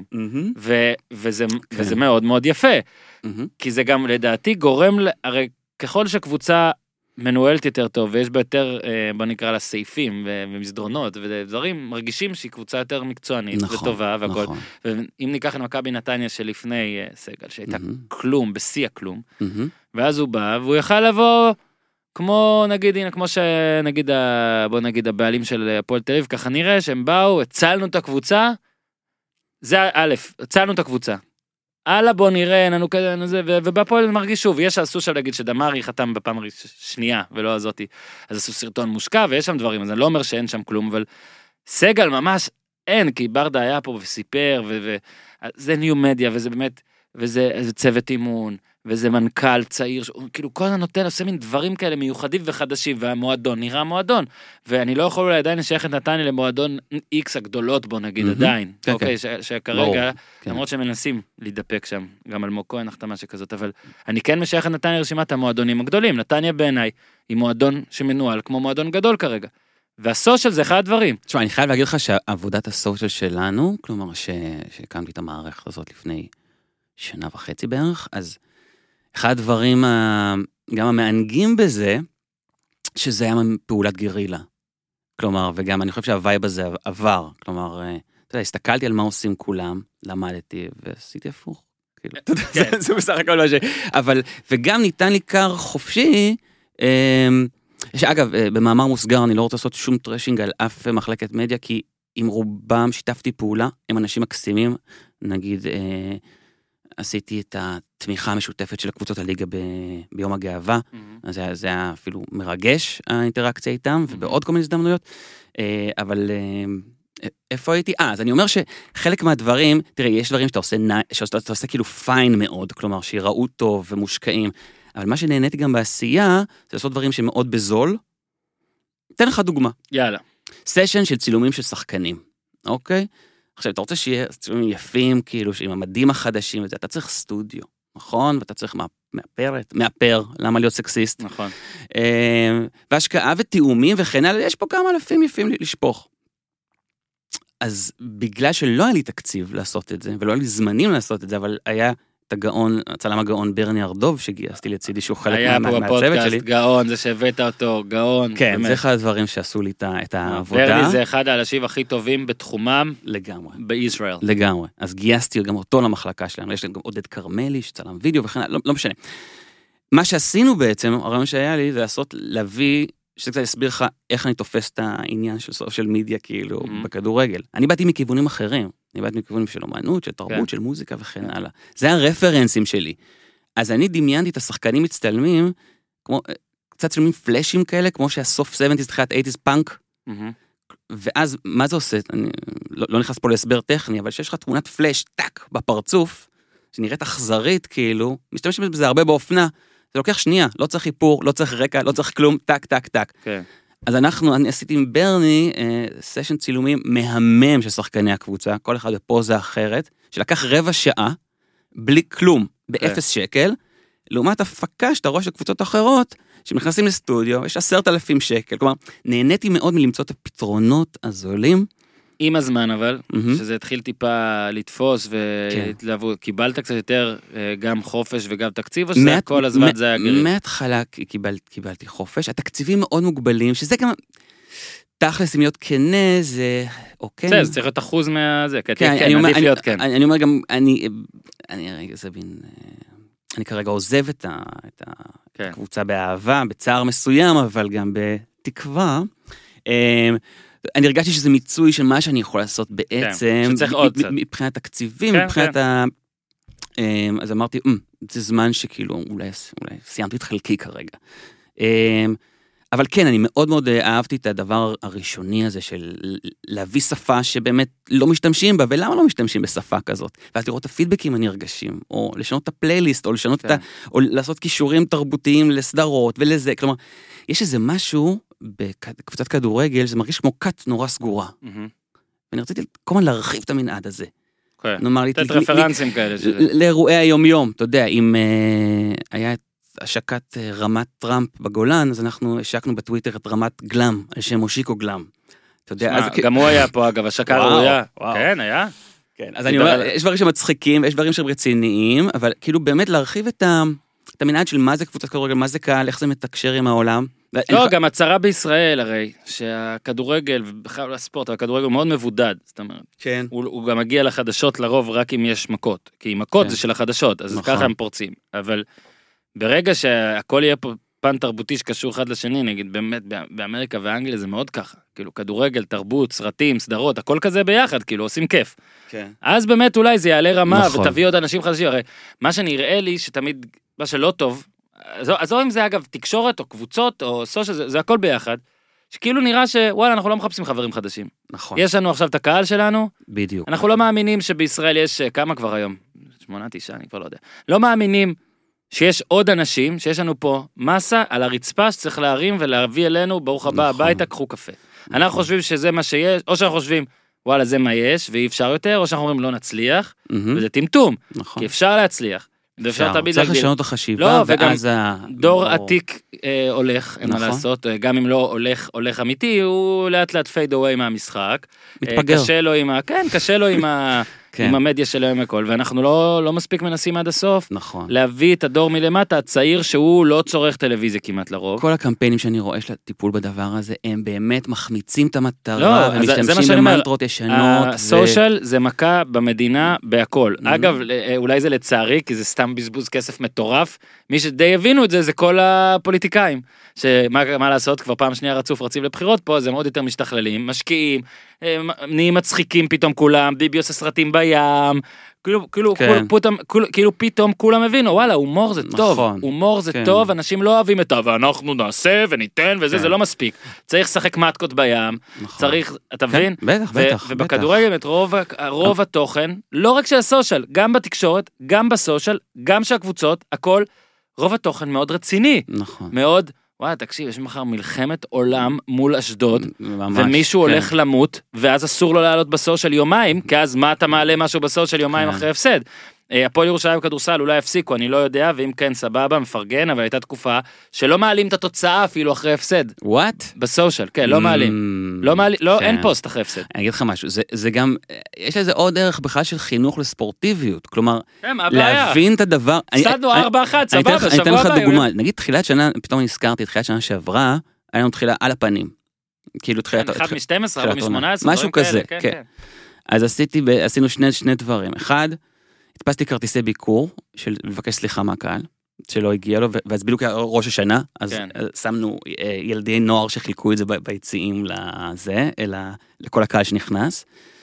וזה מאוד מאוד יפה, כי זה גם לדעתי גורם, הרי ככל שקבוצה מנוהלת יותר טוב, ויש בה יותר, בוא נקרא לה סעיפים ומסדרונות ודברים, מרגישים שהיא קבוצה יותר מקצוענית וטובה והכל. ואם ניקח את מכבי נתניה שלפני סגל, שהייתה כלום, בשיא הכלום, ואז הוא בא, והוא יכל לבוא, כמו נגיד, הנה, כמו שנגיד, בוא נגיד, הבעלים של הפועל תל אביב, ככה נראה שהם באו, הצלנו את הקבוצה, זה א', הצלנו את הקבוצה. הלאה בוא נראה, ננו כזה, ובפועל מרגיש שוב, יש עשו שם להגיד שדמרי חתם בפעם שנייה, ולא הזאתי, אז עשו סרטון מושקע, ויש שם דברים, אז אני לא אומר שאין שם כלום, אבל סגל ממש אין, כי ברדה היה פה וסיפר, וזה ניו מדיה, וזה באמת, וזה צוות אימון, וזה מנכ"ל צעיר, כאילו כל הנותן עושה מין דברים כאלה מיוחדים וחדשים, והמועדון נראה מועדון, ואני לא יכול אולי עדיין לשייך את נתניה למועדון איקס הגדולות בו נגיד עדיין, אוקיי, שכרגע, למרות שמנסים להידפק שם, גם על מוקוין החתמה שכזאת, אבל אני כן משייך את נתניה לרשימת המועדונים הגדולים, נתניה בעיניי היא מועדון שמנוהל כמו מועדון גדול כרגע, והסושיאל זה אחד הדברים. תשמע, אני חייב להגיד לך שעבודת הסושיאל שלנו, כלומר שהקמתי את המערכת הזאת לפני שנה וחצי בערך, אז אחד הדברים גם המענגים בזה, שזה היה פעולת גרילה. כלומר, וגם אני חושב שהווייב הזה עבר. כלומר, אתה יודע, הסתכלתי על מה עושים כולם, למדתי, ועשיתי הפוך. זה בסך הכל מה ש... אבל, וגם ניתן לי קר חופשי, שאגב, במאמר מוסגר, אני לא רוצה לעשות שום טרשינג על אף מחלקת מדיה, כי עם רובם שיתפתי פעולה, הם אנשים מקסימים, נגיד... עשיתי את התמיכה המשותפת של הקבוצות הליגה ב... ביום הגאווה, mm-hmm. אז זה, זה היה אפילו מרגש, האינטראקציה איתם, mm-hmm. ובעוד כל מיני הזדמנויות, אבל איפה הייתי? אה, אז אני אומר שחלק מהדברים, תראה, יש דברים שאתה עושה, שאתה עושה כאילו פיין מאוד, כלומר, שיראו טוב ומושקעים, אבל מה שנהניתי גם בעשייה, זה לעשות דברים שמאוד בזול. אתן לך דוגמה. יאללה. סשן של צילומים של שחקנים, אוקיי? עכשיו, אתה רוצה שיהיה צילומים יפים, כאילו, עם המדים החדשים וזה, אתה צריך סטודיו, נכון? ואתה צריך מאפרת, מאפר, למה להיות סקסיסט? נכון. והשקעה ותיאומים וכן הלאה, יש פה כמה אלפים יפים לשפוך. אז בגלל שלא היה לי תקציב לעשות את זה, ולא היה לי זמנים לעשות את זה, אבל היה את הגאון, הצלם הגאון ברני ארדוב, שגייסתי לצידי שהוא חלק מהצוות שלי. היה פה בפודקאסט, גאון, זה שהבאת אותו, גאון. כן, זה אחד הדברים שעשו לי את העבודה. ברני זה אחד האנשים הכי טובים בתחומם. לגמרי. בישראל. לגמרי. אז גייסתי גם אותו למחלקה שלנו, יש להם גם עודד קרמלי, שצלם וידאו וכן, לא, לא משנה. מה שעשינו בעצם, הרעיון שהיה לי, זה לעשות, להביא, שזה קצת יסביר לך איך אני תופס את העניין של סוף של מידיה, כאילו, mm-hmm. בכדורגל. אני באתי מכיוונים אחרים. אני באתי מכיוונים של אומנות, של תרבות, של מוזיקה וכן הלאה. זה הרפרנסים שלי. אז אני דמיינתי את השחקנים מצטלמים, כמו, קצת צלמים פלאשים כאלה, כמו שהסוף שבעים, תחילת שמונים פאנק. ואז, מה זה עושה? אני לא, לא נכנס פה להסבר טכני, אבל שיש לך תמונת פלאש, טק, בפרצוף, שנראית אכזרית, כאילו, משתמשים בזה הרבה באופנה, זה לוקח שנייה, לא צריך איפור, לא צריך רקע, לא צריך כלום, טק, טק, טק. כן. אז אנחנו, אני עשיתי עם ברני, אה, סשן צילומים מהמם של שחקני הקבוצה, כל אחד בפוזה אחרת, שלקח רבע שעה, בלי כלום, באפס שקל, לעומת הפקה שאתה רואה של קבוצות אחרות, שמכנסים לסטודיו, יש עשרת אלפים שקל, כלומר, נהניתי מאוד מלמצוא את הפתרונות הזולים, עם הזמן אבל, mm-hmm. שזה התחיל טיפה לתפוס, וקיבלת קצת יותר גם חופש וגם תקציב, או שזה כל הזמן זה היה גרי? מההתחלה קיבל, קיבלתי חופש, התקציבים מאוד מוגבלים, שזה גם תכלס אם להיות כנה, זה אוקיי. זה, זה צריך להיות אחוז מהזה, כן, כן, כן, עדיף להיות כן. אני אומר גם, אני, אני רגע, זה בין, אני כרגע עוזב את הקבוצה באהבה, בצער מסוים, אבל גם בתקווה, אני הרגשתי שזה מיצוי של מה שאני יכול לעשות בעצם, מבחינת תקציבים, מבחינת ה... אז אמרתי, זה זמן שכאילו, אולי סיימתי את חלקי כרגע. אבל כן, אני מאוד מאוד אהבתי את הדבר הראשוני הזה של להביא שפה שבאמת לא משתמשים בה, ולמה לא משתמשים בשפה כזאת? ואז לראות את הפידבקים הנרגשים, או לשנות את הפלייליסט, או לשנות את ה... או לעשות קישורים תרבותיים לסדרות ולזה, כלומר, יש איזה משהו בקבוצת כדורגל, זה מרגיש כמו קאט נורא סגורה. ואני רציתי כל הזמן להרחיב את המנעד הזה. נאמר לי... קצת רפרנסים כאלה. לאירועי היום-יום, אתה יודע, אם היה את השקת רמת טראמפ בגולן, אז אנחנו השקנו בטוויטר את רמת גלם, על שם מושיקו גלם. אתה יודע, גם הוא היה פה, אגב, השקה ראויה. כן, היה. כן, אז אני אומר, יש דברים שמצחיקים, יש דברים שהם רציניים, אבל כאילו באמת להרחיב את המנעד של מה זה קבוצת כדורגל, מה זה קהל, איך זה מתקשר עם העולם. לא, גם הצרה בישראל הרי, שהכדורגל, ובכלל הספורט, הכדורגל הוא מאוד מבודד, זאת אומרת. כן. הוא גם מגיע לחדשות לרוב רק אם יש מכות, כי מכות זה של החדשות, אז ככה הם פורצים. אבל ברגע שהכל יהיה פה פן תרבותי שקשור אחד לשני, נגיד באמת באמריקה ואנגליה זה מאוד ככה, כאילו כדורגל, תרבות, סרטים, סדרות, הכל כזה ביחד, כאילו עושים כיף. כן. אז באמת אולי זה יעלה רמה ותביא עוד אנשים חדשים, הרי מה שנראה לי שתמיד, מה שלא טוב, אז או אם זה אגב תקשורת או קבוצות או סושיאל, זה, זה הכל ביחד, שכאילו נראה שוואלה אנחנו לא מחפשים חברים חדשים. נכון. יש לנו עכשיו את הקהל שלנו, בדיוק. אנחנו לא מאמינים שבישראל יש כמה כבר היום, שמונה, תשעה, אני כבר לא יודע. לא מאמינים שיש עוד אנשים, שיש לנו פה מסה על הרצפה שצריך להרים ולהביא אלינו, ברוך הבא נכון. הביתה, קחו קפה. נכון. אנחנו חושבים שזה מה שיש, או שאנחנו חושבים, וואלה זה מה יש, ואי אפשר יותר, או שאנחנו אומרים לא נצליח, mm-hmm. וזה טמטום, נכון. כי אפשר להצליח. אפשר, צריך לשנות את החשיבה, לא, ואז ה... דור לא... עתיק אה, הולך, אין נכון. מה לעשות, גם אם לא הולך, הולך אמיתי, הוא לאט לאט פייד אווי מהמשחק. מתפגר. אה, קשה לו עם ה... כן, קשה לו עם ה... כן. עם המדיה שלו עם הכל, ואנחנו לא, לא מספיק מנסים עד הסוף, נכון. להביא את הדור מלמטה, הצעיר שהוא לא צורך טלוויזיה כמעט לרוב. כל הקמפיינים שאני רואה של הטיפול בדבר הזה, הם באמת מחמיצים את המטרה, לא, ומשתמשים במנטרות ישנות. הסושיאל ו... זה מכה במדינה בהכל. Mm-hmm. אגב, אולי זה לצערי, כי זה סתם בזבוז כסף מטורף, מי שדי הבינו את זה, זה כל הפוליטיקאים, שמה מה לעשות, כבר פעם שנייה רצוף רצים לבחירות פה, זה מאוד יותר משתכללים, משקיעים, נהיים מצחיקים פתאום כולם, ביבי עושה סרטים בים, כאילו, כאילו, כן. פתאום, כאילו פתאום כולם הבינו, וואלה, הומור זה טוב, נכון. הומור זה כן. טוב, אנשים לא אוהבים את זה, ואנחנו נעשה וניתן וזה, כן. זה לא מספיק. צריך לשחק מתקות בים, נכון. צריך, אתה מבין? כן, בטח, ו- בטח. ובכדורגל, את רוב, רוב התוכן, לא רק של הסושיאל, גם בתקשורת, גם בסושיאל, גם של הקבוצות, הכל, רוב התוכן מאוד רציני. נכון. מאוד, וואי, תקשיב, יש מחר מלחמת עולם מול אשדוד, ממש, ומישהו כן. הולך למות, ואז אסור לו לעלות בסושיאל יומיים, כי אז מה אתה מעלה משהו בסושיאל יומיים כן. אחרי הפסד? הפועל ירושלים וכדורסל אולי הפסיקו, אני לא יודע, ואם כן סבבה, מפרגן, אבל הייתה תקופה שלא מעלים את התוצאה אפילו אחרי הפסד. What? בסושיאל, כן, לא מעלים. לא מעלים, לא, אין פוסט אחרי הפסד. אני אגיד לך משהו, זה גם, יש לזה עוד דרך בכלל של חינוך לספורטיביות, כלומר, להבין את הדבר. הפסדנו ארבע אחת, סבבה, שבוע הבא. אני אתן לך דוגמה, נגיד תחילת שנה, פתאום נזכרתי, תחילת שנה שעברה, היה לנו תחילה על הפנים. כאילו תחילת... אחד מ-שתים עשרה, ארבע מ-שמונה עשרה, משהו כזה, כן. אז עשינו שני דברים. אחד, הדפסתי כרטיסי ביקור, של לבקש סליחה מהקהל, שלא הגיע לו, ואז בדיוק ראש השנה, אז כן. שמנו ילדי נוער שחילקו את זה ביציאים לזה, אלא לכל הקהל שנכנס.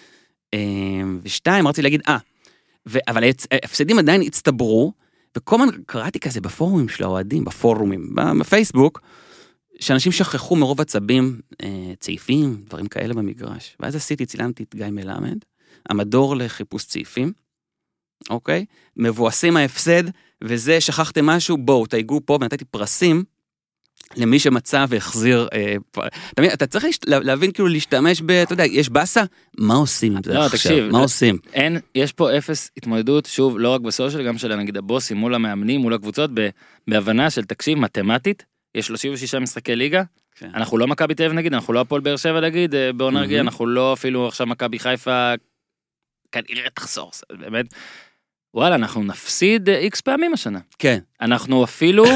ושתיים, רציתי להגיד, אה, אבל הפסדים עדיין הצטברו, וכל הזמן קראתי כזה בפורומים של האוהדים, בפורומים, בפייסבוק, שאנשים שכחו מרוב עצבים, צעיפים, דברים כאלה במגרש. ואז עשיתי, צילמתי את גיא מלמד, המדור לחיפוש צעיפים, אוקיי? מבואסים ההפסד, וזה שכחתם משהו, בואו, תייגו פה, ונתתי פרסים, למי שמצא והחזיר, אה, אתה צריך להבין כאילו להשתמש ב, אתה יודע, יש בסה, מה עושים עם זה לא, עכשיו? תקשיב, מה עושים? אין, יש פה אפס התמודדות, שוב, לא רק בסושיאל, גם של נגיד הבוסים מול המאמנים, מול הקבוצות, בהבנה של תקשיב מתמטית, יש שלושים ושישה משחקי ליגה, כן. אנחנו לא מכבי תל אביב נגיד, אנחנו לא הפועל באר שבע נגיד, בעונה רגילה, אנחנו לא אפילו עכשיו מכבי חיפה, כנראה תחזור, באמת, וואלה, אנחנו נפסיד איקס פעמים השנה. כן. אנחנו אפילו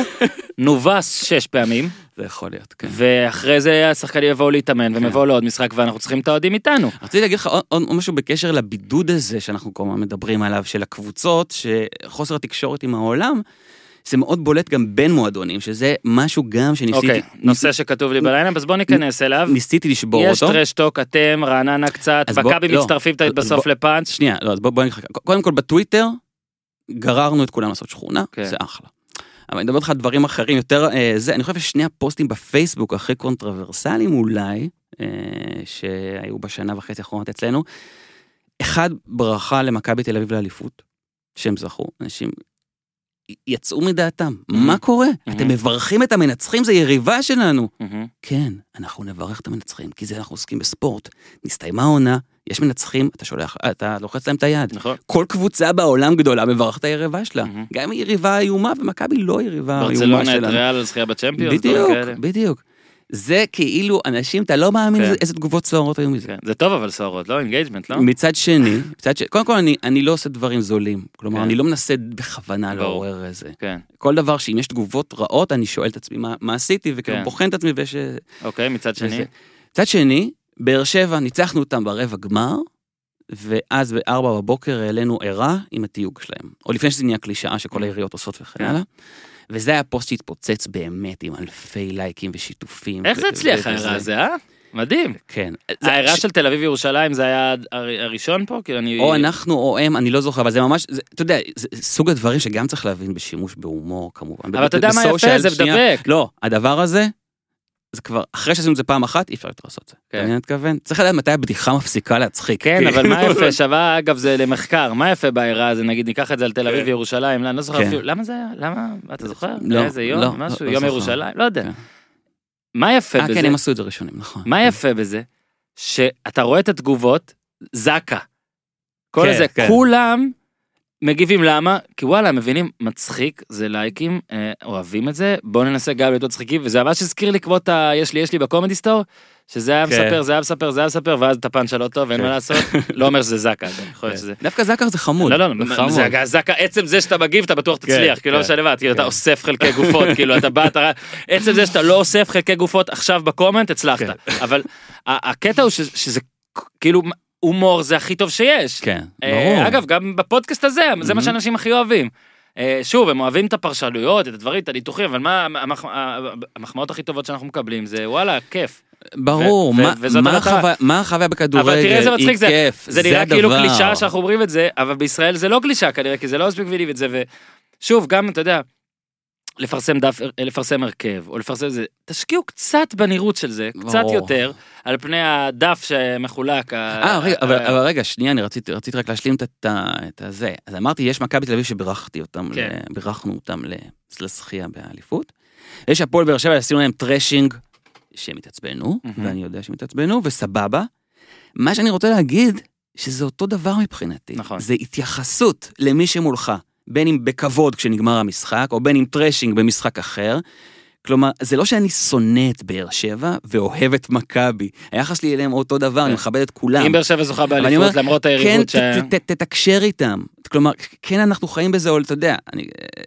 נובס שש פעמים. זה יכול להיות, כן. ואחרי זה השחקנים יבואו להתאמן, והם יבואו לעוד משחק, ואנחנו צריכים את האוהדים איתנו. רציתי להגיד לך עוד משהו בקשר לבידוד הזה, שאנחנו כל הזמן מדברים עליו, של הקבוצות, שחוסר התקשורת עם העולם, זה מאוד בולט גם בין מועדונים, שזה משהו גם שניסיתי... אוקיי, נושא שכתוב לי בליינאפ, אז בוא ניכנס אליו. ניסיתי לשבור אותו. יש טרשטוק, אתם, רעננה קצת, מכבי מצטרפים בסוף לפאנץ'. שנייה, לא, אז בוא נגיד לך, קודם כל בטוויטר, גררנו את כולם לעשות שכונה, זה אחלה. אבל אני מדבר לך על דברים אחרים, יותר, אה, זה, אני חושב ששני הפוסטים בפייסבוק, הכי קונטרוברסליים אולי, אה, שהיו בשנה וחצי האחרונות אצלנו, אחד ברכה למכבי תל אביב לאליפות, שהם זכו, אנשים יצאו מדעתם, mm-hmm. מה קורה? Mm-hmm. אתם מברכים את המנצחים, זה יריבה שלנו. Mm-hmm. כן, אנחנו נברך את המנצחים, כי זה אנחנו עוסקים בספורט. נסתיימה העונה, יש מנצחים, אתה שולח, אתה לוחץ להם את היד. נכון. כל קבוצה בעולם גדולה מברך את היריבה שלה. Mm-hmm. גם אם היא יריבה איומה, ומכבי לא יריבה איומה שלנו. ברצלונה את ריאל על זכייה בצ'מפיונס. בדיוק, בדיוק. זה כאילו אנשים, אתה לא מאמין איזה תגובות סוערות היו מזה. זה טוב אבל סוערות, לא? אינגייג'מנט, לא? מצד שני, קודם כל אני לא עושה דברים זולים, כלומר אני לא מנסה בכוונה לעורר איזה. כל דבר שאם יש תגובות רעות, אני שואל את עצמי מה עשיתי, וכאילו בוחן את עצמי ויש... אוקיי, מצד שני? מצד שני, באר שבע, ניצחנו אותם ברבע גמר, ואז בארבע בבוקר העלינו ערה עם התיוג שלהם. או לפני שזה נהיה קלישאה שכל העיריות עושות וכן הלאה. וזה היה פוסט שהתפוצץ באמת עם אלפי לייקים ושיתופים. איך זה הצליח הערה הזה, אה? מדהים. כן. הערה של תל אביב ירושלים זה היה הראשון פה? או אנחנו או הם, אני לא זוכר, אבל זה ממש, אתה יודע, זה סוג הדברים שגם צריך להבין בשימוש בהומור כמובן. אבל אתה יודע מה יפה, זה מדבק. לא, הדבר הזה, זה כבר, אחרי שעשינו את זה פעם אחת, אי אפשר יותר לעשות את זה. אני מתכוון. צריך לדעת מתי הבדיחה מפסיקה להצחיק. כן, אבל מה יפה, שווה, אגב, זה למחקר. מה יפה בעירה הזה, נגיד, ניקח את זה על תל אביב וירושלים, אני לא זוכר אפילו, למה זה היה? למה? אתה זוכר? איזה יום? משהו? יום ירושלים? לא יודע. מה יפה בזה? כן, הם עשו את זה ראשונים, נכון. מה יפה בזה? שאתה רואה את התגובות, זקה. כל הזה, כולם מגיבים למה? כי וואלה, מבינים, מצחיק, זה לייקים, אה, אוהבים את זה, בואו ננסה גם להיות צחיקים, וזה ממש הזכיר לי כמו את ה... יש לי, יש לי בקומדי סטור, שזה היה מספר, זה היה מספר, זה היה מספר, ואז את הפאנץ' שלא טוב, ואין מה לעשות, לא אומר שזה זקה, יכול להיות שזה... דווקא זקה זה חמוד. לא, לא, זה זקה, עצם זה שאתה מגיב, אתה בטוח תצליח, כאילו לא משנה לבד, כאילו אתה אוסף חלקי גופות, כאילו אתה בא, אתה... עצם זה שאתה לא אוסף חלקי גופות עכשיו בקומנט, הצלחת, אבל הקטע הוא שזה כאילו... הומור זה הכי טוב שיש. כן, ברור. אגב, גם בפודקאסט הזה, זה מה שאנשים הכי אוהבים. שוב, הם אוהבים את הפרשנויות, את הדברים, את הניתוחים, אבל מה המחמאות הכי טובות שאנחנו מקבלים, זה וואלה, כיף. ברור, מה החוויה בכדורגל? אבל תראה איזה מצחיק זה, זה נראה כאילו קלישה שאנחנו אומרים את זה, אבל בישראל זה לא קלישה כנראה, כי זה לא מספיק וידיב את זה, ושוב, גם, אתה יודע, לפרסם דף, לפרסם הרכב, או לפרסם זה, תשקיעו קצת בנראות של זה, קצת יותר, על פני הדף שמחולק. אה, רגע, אבל רגע, שנייה, אני רציתי רק להשלים את זה. אז אמרתי, יש מכבי תל אביב שבירכתי אותם, בירכנו אותם לזכייה באליפות. יש הפועל באר שבע, עשינו להם טרשינג, שהם התעצבנו, ואני יודע שהם התעצבנו, וסבבה. מה שאני רוצה להגיד, שזה אותו דבר מבחינתי. זה התייחסות למי שמולך. בין אם בכבוד כשנגמר המשחק, או בין אם טרשינג במשחק אחר. כלומר, זה לא שאני שונא את באר שבע, ואוהב את מכבי. היחס לי אליהם אותו דבר, אני מכבד את כולם. אם באר שבע זוכה באליפות, למרות היריבות ש... כן, תתקשר איתם. כלומר, כן אנחנו חיים בזה, או אתה יודע, אני...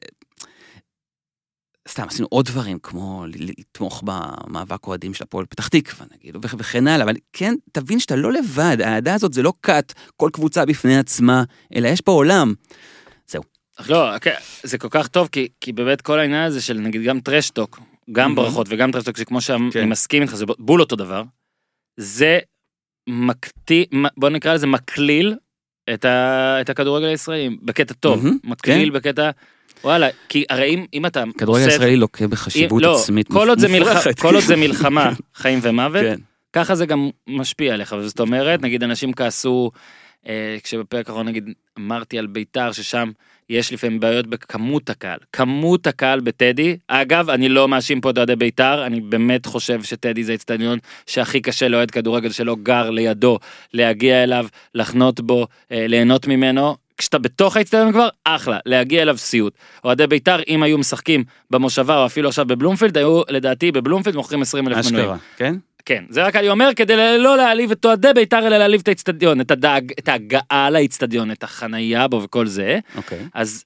סתם, עשינו עוד דברים, כמו לתמוך במאבק אוהדים של הפועל פתח תקווה, נגיד, וכן הלאה, אבל כן, תבין שאתה לא לבד, העדה הזאת זה לא קאט, כל קבוצה בפני עצמה, אלא יש פה עולם. זהו. לא, זה כל כך טוב, כי, כי באמת כל העניין הזה של נגיד גם טרשטוק, גם ברכות וגם טרשטוק, שכמו שאני מסכים איתך, זה בול אותו דבר, זה מקטי, בוא נקרא לזה מקליל את, ה, את הכדורגל הישראלי, בקטע טוב, מקליל בקטע, וואלה, כי הרי אם, אם אתה... כדורגל הישראלי לוקה בחשיבות לא, עצמית כל עוד מופרכת. כל עוד זה מלחמה, חיים ומוות, ככה זה גם משפיע עליך, וזאת אומרת, נגיד אנשים כעסו, כשבפרק האחרון נגיד אמרתי על ביתר ששם יש לפעמים בעיות בכמות הקהל, כמות הקהל בטדי, אגב אני לא מאשים פה את אוהדי ביתר, אני באמת חושב שטדי זה אצטדיון שהכי קשה לאוהד כדורגל שלא גר לידו, להגיע אליו, לחנות בו, ליהנות ממנו, כשאתה בתוך האצטדיון כבר, אחלה, להגיע אליו סיוט. אוהדי ביתר, אם היו משחקים במושבה או אפילו עכשיו בבלומפילד, היו לדעתי בבלומפילד מוכרים עשרים אלף מנויים. אשכרה, כן? כן, זה רק אני אומר, כדי לא להעליב את אוהדי ביתר, אלא להעליב את האצטדיון, את הדאג, את ההגעה לאצטדיון, את החנייה בו וכל זה. אוקיי. אז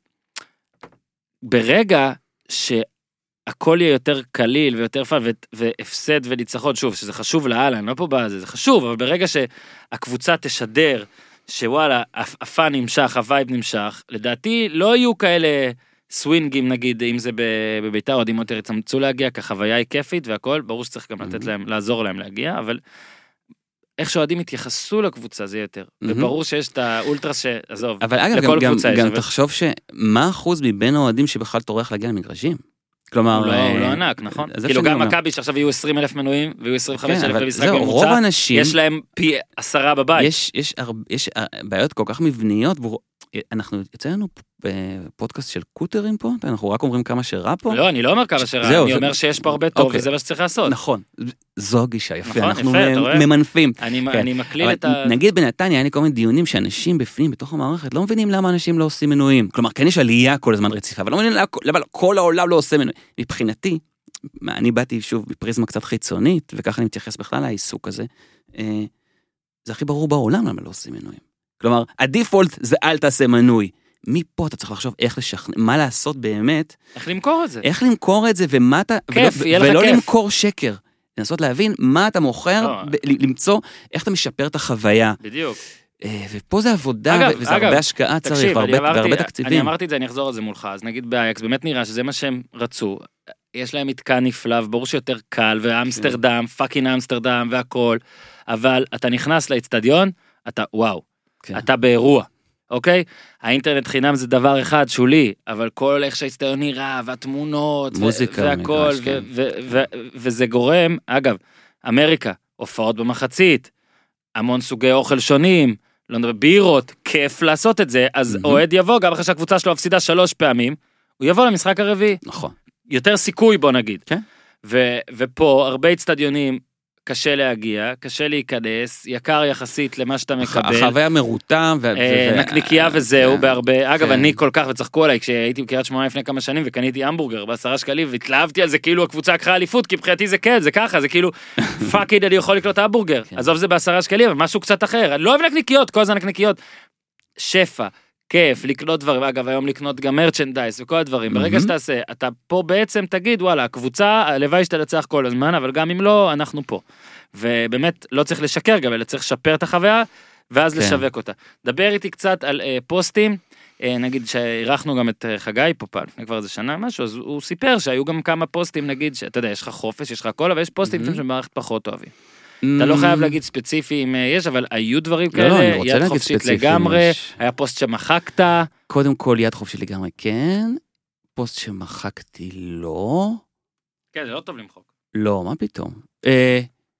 ברגע שהכל יהיה יותר קליל ויותר פן, והפסד וניצחון, שוב, שזה חשוב להלאה, אני לא פה בזה, זה חשוב, אבל ברגע שהקבוצה תשדר, שוואלה, הפן נמשך, הווייב נמשך, לדעתי לא יהיו כאלה סווינגים נגיד, אם זה בביתר, אוהדים יותר יצמצו להגיע, כי החוויה היא כיפית והכל, ברור שצריך גם לתת להם, לעזור להם להגיע, אבל איך שאוהדים יתייחסו לקבוצה זה יותר, וברור שיש את האולטרה שעזוב, אבל אגב, גם, גם, גם תחשוב שמה אחוז מבין האוהדים שבכלל תורח להגיע למגרשים? כלומר... הוא לא, הוא לא ענק, נכון? כאילו גם מכבי שעכשיו יהיו עשרים אלף מנויים, ויהיו עשרים וחמישה אלף במשחק בממוצע, יש להם פי עשרה בבית. יש, יש, יש בעיות כל כך מבניות, אנחנו יוצא לנו בפודקאסט של קוטרים פה, אנחנו רק אומרים כמה שרע פה. לא, אני לא אומר כמה שרע, אני אומר שיש פה הרבה טוב, וזה מה שצריך לעשות. נכון, זו הגישה, יפה, אנחנו ממנפים. אני מקליל את ה... נגיד בנתניה, היה לי כל מיני דיונים שאנשים בפנים, בתוך המערכת, לא מבינים למה אנשים לא עושים מנויים. כלומר, כן יש עלייה כל הזמן רציפה, אבל לא מבינים למה כל העולם לא עושה מנויים. מבחינתי, אני באתי שוב בפריזמה קצת חיצונית, וככה אני מתייחס בכלל לעיסוק הזה. זה הכי ברור בעולם למה לא עושים מנויים. כלומר, הדיפולט זה אל תעשה מנוי. מפה אתה צריך לחשוב איך לשכנע, מה לעשות באמת. איך למכור את זה. איך למכור את זה, ומה אתה... כיף, ולא, יהיה לך ולא כיף. למכור שקר. לנסות להבין מה אתה מוכר, לא. ב- למצוא איך אתה משפר את החוויה. בדיוק. ופה זה עבודה, אגב, וזה אגב, הרבה השקעה צריך, תקשיב, והרבה, אני אמרתי, והרבה תקציבים. אני אמרתי את זה, אני אחזור על זה מולך, אז נגיד באייקס, באמת נראה שזה מה שהם רצו. יש להם מתקן נפלא, ברור שיותר קל, ואמסטרדם, פאקינג אמסטרדם והכל, אבל אתה נכנס לאצטדיון, אתה וואו, כן. אתה באירוע, אוקיי? האינטרנט חינם זה דבר אחד שולי, אבל כל איך שהאצטדיון נראה, והתמונות, מוזיקה, והכל, מגרש, כן. וזה גורם, אגב, אמריקה, הופעות במחצית, המון סוגי אוכל שונים, לא נדבר, בירות, כיף לעשות את זה, אז אוהד יבוא, גם אחרי שהקבוצה שלו הפסידה שלוש פעמים, הוא יבוא למשחק הרביעי. נכון. יותר סיכוי, בוא נגיד. כן. ו- ופה, הרבה אצטדיונים, קשה להגיע, קשה להיכנס, יקר יחסית למה שאתה מקבל. החוויה מרוטה, ו... אה, נקניקייה וזהו, בהרבה, אגב, כן. אני כל כך, וצחקו עליי, כשהייתי בקריית שמונה לפני כמה שנים, וקניתי המבורגר בעשרה שקלים, והתלהבתי על זה כאילו הקבוצה לקחה אליפות, כי מבחינתי זה כן, זה ככה, זה כאילו, פאק איד, אני יכול לקנות המבורגר. עזוב זה בעשרה שקלים, אבל משהו קצת אחר. אני לא אוהב נקניקיות, כל הזמן נקניקיות. שפע, כיף, לקנות דברים, אגב, היום לקנות גם מרצ'נדייס וכל הדברים. ברגע שתעשה, אתה פה בעצם תגיד, וואלה, הקבוצה, הלוואי שתנצח כל הזמן, אבל גם אם לא, אנחנו פה. ובאמת, לא צריך לשקר גם, אלא צריך לשפר את החוויה, ואז כן. לשווק אותה. דבר איתי קצת על אה, פוסטים, אה, נגיד שערכנו גם את חגי פה פעם, לפני כבר איזה שנה משהו, אז הוא סיפר שהיו גם כמה פוסטים, נגיד, שאתה יודע, יש לך חופש, יש לך הכל, אבל יש פוסטים mm-hmm. שבמערכת פחות אוהבים. Mm-hmm. אתה לא חייב להגיד ספציפי אם יש, אבל היו דברים לא, כאלה, לא, אני רוצה יד להגיד חופשית ספציפי, לגמרי, יש... היה פוסט שמחקת. קודם כל, יד חופשית לגמרי, כן. פוסט שמחקתי, לא. כן, זה לא טוב למחוק. לא, מה פתאום? אה...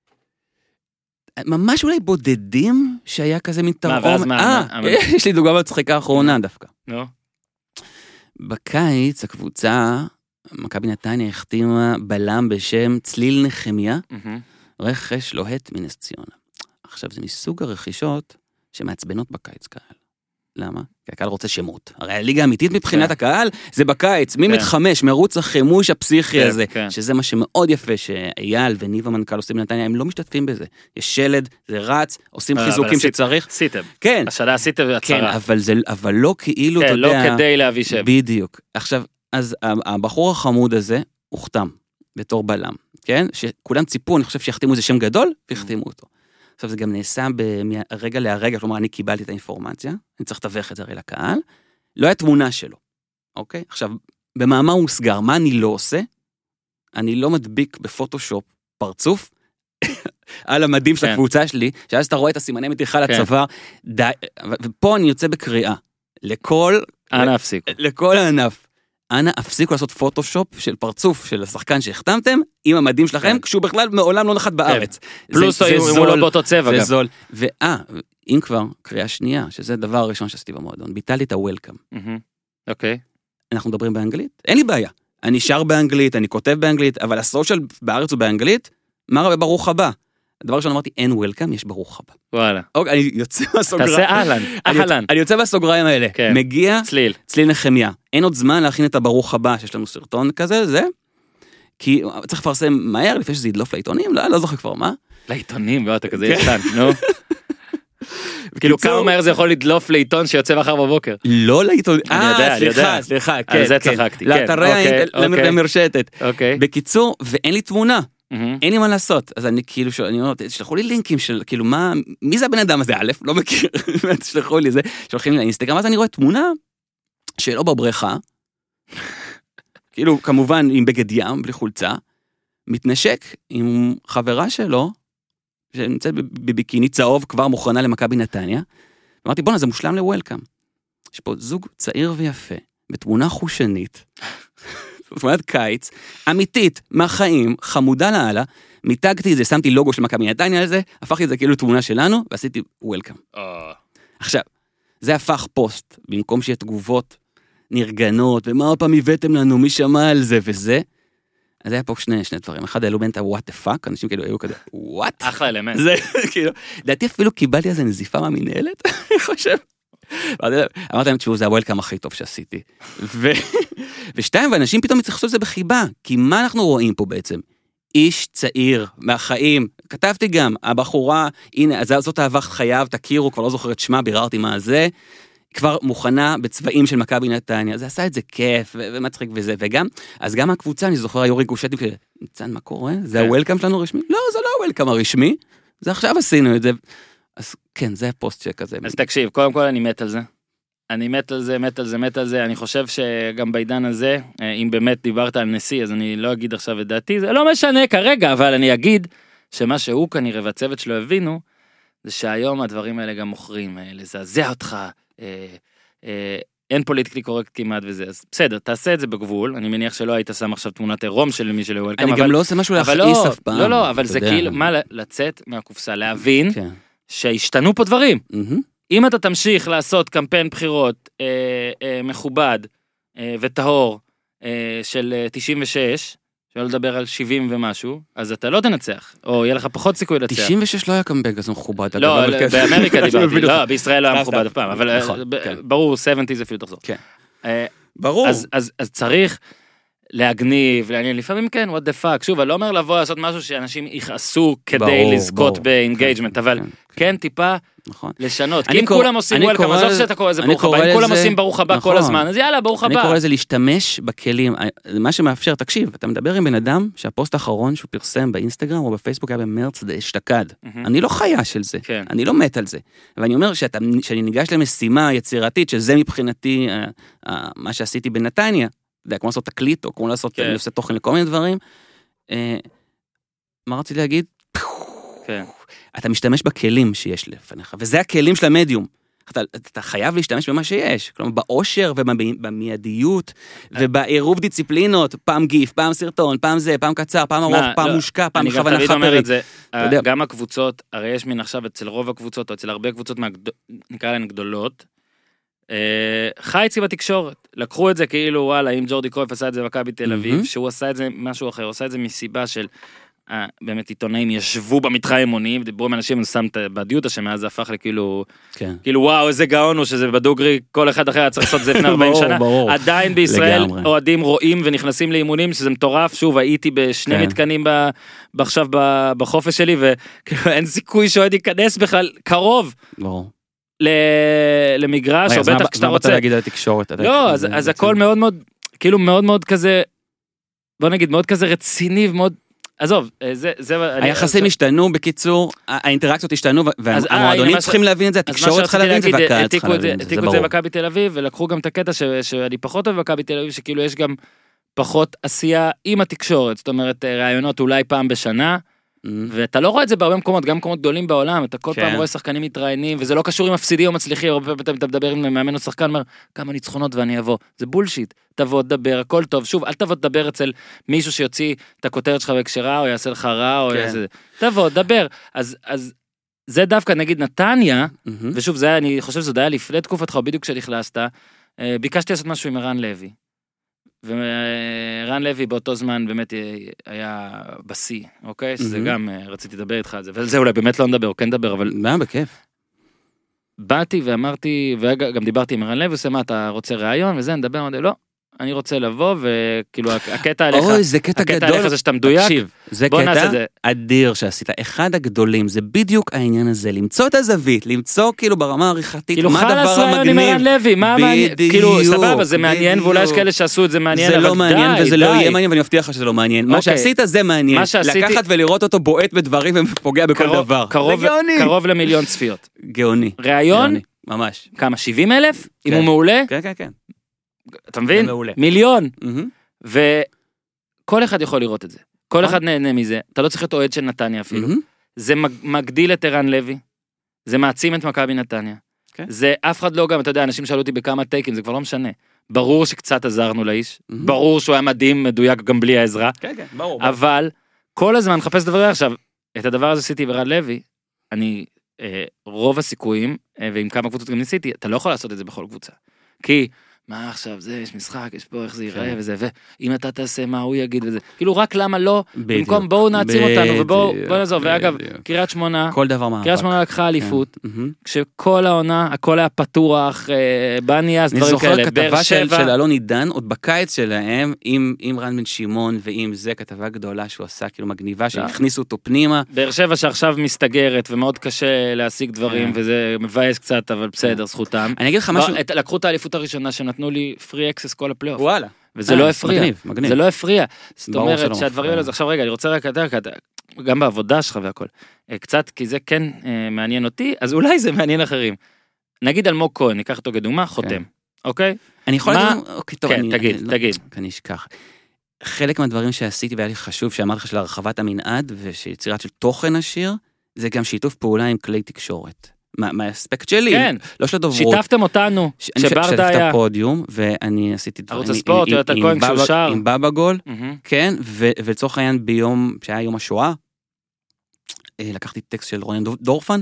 ממש אולי בודדים שהיה כזה מין תרעום. אה, יש לי דוגמה מצחיקה האחרונה דווקא. נו. בקיץ הקבוצה, מכבי נתניה החתימה בלם בשם צליל נחמיה, רכש לוהט מנס ציונה. עכשיו זה מסוג הרכישות שמעצבנות בקיץ קהל. למה? כי הקהל רוצה שמות. הרי הליגה האמיתית מבחינת הקהל זה בקיץ, מי מתחמש, מרוץ החימוש הפסיכי הזה, שזה מה שמאוד יפה שאייל וניב המנכ"ל עושים בנתניה, הם לא משתתפים בזה. יש שלד, זה רץ, עושים חיזוקים שצריך. עשיתם. כן. השנה עשיתם והצהרה. כן, אבל לא כאילו, אתה יודע. כן, לא כדי להביא שם. בדיוק. עכשיו, אז הבחור החמוד הזה הוחתם בתור בלם, כן? שכולם ציפו, אני חושב שיחתימו איזה שם גדול, והחתימו אותו. עכשיו זה גם נעשה ברגע להרגע, כלומר אני קיבלתי את האינפורמציה, אני צריך לתווך את זה הרי לקהל, לא היה תמונה שלו, אוקיי? עכשיו, במאמר מוסגר, מה אני לא עושה? אני לא מדביק בפוטושופ פרצוף, על המדים של הקבוצה שלי, שאז אתה רואה את הסימני מתיחה לצוואר, ופה אני יוצא בקריאה, לכל... אנא הפסיקו. לכל הענף. אנא, הפסיקו לעשות פוטושופ של פרצוף של השחקן שהחתמתם, עם המדים שלכם, כשהוא בכלל מעולם לא נחת בארץ. פלוס אם הוא לא באותו צבע גם. זה זול. ואה, אם כבר, קריאה שנייה, שזה הדבר הראשון שעשיתי במועדון, ביטלתי את הוולקאם. אוקיי. אנחנו מדברים באנגלית? אין לי בעיה. אני שר באנגלית, אני כותב באנגלית, אבל הסושיאל בארץ הוא באנגלית, מה רבה ברוך הבא? הדבר ראשון אמרתי, אין וולקאם, יש ברוך הבא. וואלה. אוקיי, אני יוצא מהסוגריים. תעשה אהלן, אהלן. אני יוצא מהסוגריים האלה. מגיע, צליל. צליל נחמיה. אין עוד זמן להכין את הברוך הבא, שיש לנו סרטון כזה, זה. כי צריך לפרסם מהר, לפני שזה ידלוף לעיתונים, לא, לא זוכר כבר, מה? לעיתונים, לא, אתה כזה ישן, נו. כאילו כמה מהר זה יכול לדלוף לעיתון שיוצא מחר בבוקר. לא לעיתון, אה, סליחה, סליחה, כן. על זה צחקתי, כן. לאתרי המרשתת. אוקיי. בקיצור, ואין לי תמונה. אין לי מה לעשות, אז אני כאילו, אני אומר, תשלחו לי לינקים של, כאילו, מה, מי זה הבן אדם הזה? א', לא מכיר, תשלחו לי זה, שולחים לי לאינסטגרם, אז אני רואה תמונה שלא בבריכה, כאילו, כמובן, עם בגד ים, בלי חולצה, מתנשק עם חברה שלו, שנמצאת בביקיני צהוב, כבר מוכרנה למכבי נתניה, אמרתי, בוא'נה, זה מושלם לוולקאם. יש פה זוג צעיר ויפה, בתמונה חושנית, תמונת קיץ, אמיתית, מהחיים, חמודה לעלה, מיתגתי את זה, שמתי לוגו של מכבי נתניה על זה, הפכתי את זה כאילו תמונה שלנו, ועשיתי וולקאם. עכשיו, זה הפך פוסט, במקום שיהיה תגובות נרגנות, ומה עוד פעם הבאתם לנו, מי שמע על זה וזה, אז היה פה שני, שני דברים, אחד האלמנט ה-what the fuck, אנשים כאילו היו כזה, what? אחלה אלמנט. זה כאילו, דעתי אפילו קיבלתי איזה נזיפה מהמנהלת, אני חושב. אמרתי להם, תשמעו, זה הוולקאם הכי טוב שעשיתי. ושתיים, ואנשים פתאום יצטרכו את זה בחיבה, כי מה אנחנו רואים פה בעצם? איש צעיר, מהחיים, כתבתי גם, הבחורה, הנה, זאת אהבת חייו, תכירו, כבר לא זוכר את שמה, ביררתי מה זה, כבר מוכנה בצבעים של מכבי נתניה, זה עשה את זה כיף, ומצחיק וזה, וגם, אז גם הקבוצה, אני זוכר, היו ריקושטים כאלה, ניצן, מה קורה? זה הוולקאם שלנו רשמי? לא, זה לא הוולקאם הרשמי, זה עכשיו עשינו את זה, אז כן, זה הפוסט שכזה. אז תקשיב, קודם כל אני מת על זה, אני מת על זה, מת על זה, מת על זה, אני חושב שגם בעידן הזה, אם באמת דיברת על נשיא, אז אני לא אגיד עכשיו את דעתי, זה לא משנה כרגע, אבל אני אגיד שמה שהוא כנראה והצוות שלו הבינו, זה שהיום הדברים האלה גם מוכרים, לזעזע אותך, אה, אה, אין פוליטיקלי קורקט כמעט וזה, אז בסדר, תעשה את זה בגבול, אני מניח שלא היית שם עכשיו תמונת עירום של מי שלא וולקאם, אני אבל, גם לא עושה משהו להכעיס לא, אף פעם. לא, לא, אבל זה כאילו, מה לצאת מהקופסה, להבין כן. שהשתנו פה דברים. Mm-hmm. אם אתה תמשיך לעשות קמפיין בחירות אה, אה, מכובד אה, וטהור אה, של אה, תשעים ושש, שלא לדבר על שבעים ומשהו, אז אתה לא תנצח, או יהיה לך פחות סיכוי לנצח. תשעים ושש לא היה קמבק, אז הוא מכובד. לא, באמריקה דיברתי, לא, בישראל לא היה מכובד אף פעם, אבל ברור, שבעים זה אפילו תחזור. כן, ברור. אז צריך להגניב, לעניין, לפעמים כן, what the fuck, שוב, אני לא אומר לבוא לעשות משהו שאנשים יכעסו כדי לזכות באינגייג'מנט, אבל כן טיפה לשנות, כי אם כולם עושים וולקאם, עזוב שאתה קורא לזה ברוך הבא, אם כולם עושים ברוך הבא כל הזמן, אז יאללה, ברוך הבא. אני קורא לזה להשתמש בכלים, מה שמאפשר, תקשיב, אתה מדבר עם בן אדם שהפוסט האחרון שהוא פרסם באינסטגרם או בפייסבוק היה במרץ אשתקד, אני לא חיה של זה, אני לא מת על זה, ואני אומר שאני ניגש למשימה יצירתית, שזה מבחינתי מה שעשיתי בנתניה, זה כמו לעשות תקליט, או כמו לעשות, אני עושה תוכן לכל מיני דברים. מה רציתי להגיד? אתה משתמש בכלים שיש לפניך, וזה הכלים של המדיום. אתה חייב להשתמש במה שיש, כלומר, באושר ובמיידיות, ובעירוב דיציפלינות, פעם גיף, פעם סרטון, פעם זה, פעם קצר, פעם ארוך, פעם מושקע, פעם בכוונה חפרית. גם הקבוצות, הרי יש מן עכשיו אצל רוב הקבוצות, או אצל הרבה קבוצות, נקרא להן גדולות, חייצי בתקשורת, לקחו את זה כאילו וואלה, אם ג'ורדי קרויף עשה את זה במכבי תל אביב, שהוא עשה את זה משהו אחר, הוא עשה את זה מסיבה של באמת עיתונאים ישבו במתחם אימונים, דיברו עם אנשים, הוא שם בדיוטה שמאז זה הפך לכאילו, כאילו וואו איזה גאון הוא שזה בדוגרי, כל אחד אחר צריך לעשות את זה לפני ארבעים שנה, עדיין בישראל אוהדים רואים ונכנסים לאימונים, שזה מטורף, שוב הייתי בשני מתקנים עכשיו בחופש שלי, ואין סיכוי שאוהד ייכנס בכלל קרוב. ברור. למגרש, או בטח כשאתה רוצה... להגיד על התקשורת. לא, אז הכל מאוד מאוד, כאילו מאוד מאוד כזה, בוא נגיד, מאוד כזה רציני ומאוד, עזוב, זה... היחסים השתנו, בקיצור, האינטראקציות השתנו, והמועדונים צריכים להבין את זה, התקשורת צריכה להבין את זה, והקהל צריכה להבין את זה, זה ברור. העתיקו את זה במכבי תל אביב, ולקחו גם את הקטע שאני פחות אוהב במכבי תל אביב, שכאילו יש גם פחות עשייה עם התקשורת, זאת אומרת, רעיונות אולי פעם בשנה, ואתה לא רואה את זה בהרבה מקומות, גם מקומות גדולים בעולם, אתה כל פעם רואה שחקנים מתראיינים, וזה לא קשור עם מפסידים או מצליחים, הרבה פעמים אתה מדבר עם מאמן או שחקן, אומר, כמה ניצחונות ואני אבוא, זה בולשיט, תבוא, תדבר, הכל טוב, שוב, אל תבוא, תדבר אצל מישהו שיוציא את הכותרת שלך בהקשרה, או יעשה לך רע, או יעשה, תבוא, תדבר, אז, אז, זה דווקא נגיד נתניה, ושוב, זה היה, אני חושב שזה היה לפני תקופתך, או בדיוק כשנכנסת, ביקשתי לעשות משהו עם ערן לוי, ורן לוי באותו זמן באמת היה בסי, אוקיי? שזה גם, רציתי לדבר איתך על זה, ועל זה אולי באמת לא נדבר, או כן נדבר, אבל... מה, בכיף. באתי ואמרתי, וגם דיברתי עם רן לוי, עושה מה, אתה רוצה רעיון, וזה, נדבר, אמרתי, לא, אני רוצה לבוא, וכאילו, הקטע עליך, אוי, זה קטע גדול. הקטע עליך זה שאתה מדויק, תקשיב, זה קטע אדיר שעשית, אחד הגדולים, זה בדיוק העניין הזה, למצוא את הזווית, למצוא כאילו ברמה העריכתית, מה הדבר המגניב, כאילו, סבבה, זה מעניין, ואולי יש כאלה שעשו את זה מעניין, זה לא מעניין, וזה לא יהיה מעניין, ואני מבטיח לך שזה לא מעניין, מה שעשית זה מעניין, לקחת ולראות אותו בועט בדברים, ופוגע בכל דבר, קרוב למיליון צפיות, גאוני, ראיון, ממש, כמה, שבעים אלף, אם הוא מעולה? כן, כן, כן. אתה מבין? מיליון. וכל אחד יכול לראות את זה. כל אחד נהנה מזה. אתה לא צריך להיות אוהד של נתניה אפילו. זה מגדיל את ערן לוי. זה מעצים את מכבי נתניה. זה אף אחד לא גם, אתה יודע, אנשים שאלו אותי בכמה טייקים, זה כבר לא משנה. ברור שקצת עזרנו לאיש, ברור שהוא היה מדהים, מדויק גם בלי העזרה, כן, כן, ברור. אבל כל הזמן חפש דברים. עכשיו, את הדבר הזה עשיתי ברד לוי, אני, רוב הסיכויים, ועם כמה קבוצות גם ניסיתי, אתה לא יכול לעשות את זה בכל קבוצה. כי, מה עכשיו, זה, יש משחק, יש פה איך זה ייראה וזה, ואם אתה תעשה מה הוא יגיד וזה, כאילו רק למה לא, במקום בואו נעצים אותנו, ובואו נעזור, ואגב, קריית שמונה, כל דבר מאבק. קריית שמונה לקחה אליפות, כשכל העונה, הכל היה פתוח, בניאס, דברים כאלה, אני זוכר כתבה של אלון עידן, עוד בקיץ שלהם, עם רן בן שמעון, ועם זה כתבה גדולה שהוא עשה, כאילו מגניבה, שהכניסו אותו פנימה. באר שבע שעכשיו מסתגרת, ומאוד קשה להשיג דברים, וזה מבאס קצת, אבל בסדר, זכותם. אני אגיד לך משהו. לקחו את האליפות הראשונה שנתנו לי פרי אקסס כל הפלייאוף. וואלה. וזה לא הפריע. זה לא הפריע. זאת אומרת שהדברים האלה, עכשיו רגע, אני רוצה רק לדעת, גם בעבודה שלך והכל, קצת, כי זה כן מעניין אותי, אז אולי זה מעניין אחרים. נגיד אלמוג כהן, ניקח אותו כדוגמה, חותם. אוקיי? אני יכול להגיד, אוקיי, טוב, כן, תגיד, תגיד. אני אשכח. חלק מהדברים שעשיתי והיה לי חשוב, שאמרתי לך של הרחבת המנעד, ושיצירת של תוכן השיר, זה גם שיתוף פעולה עם כלי תקשורת. מהאספקט שלי, כן, לא של הדוברות. שיתפתם אותנו, שברדה היה. את הפודיום, ואני עשיתי דברים. ערוץ הספורט, יונתן כהן כשהוא שר. עם בבא גול, כן, ולצורך העניין ביום, שהיה יום השואה, לקחתי טקסט של רונן דורפן,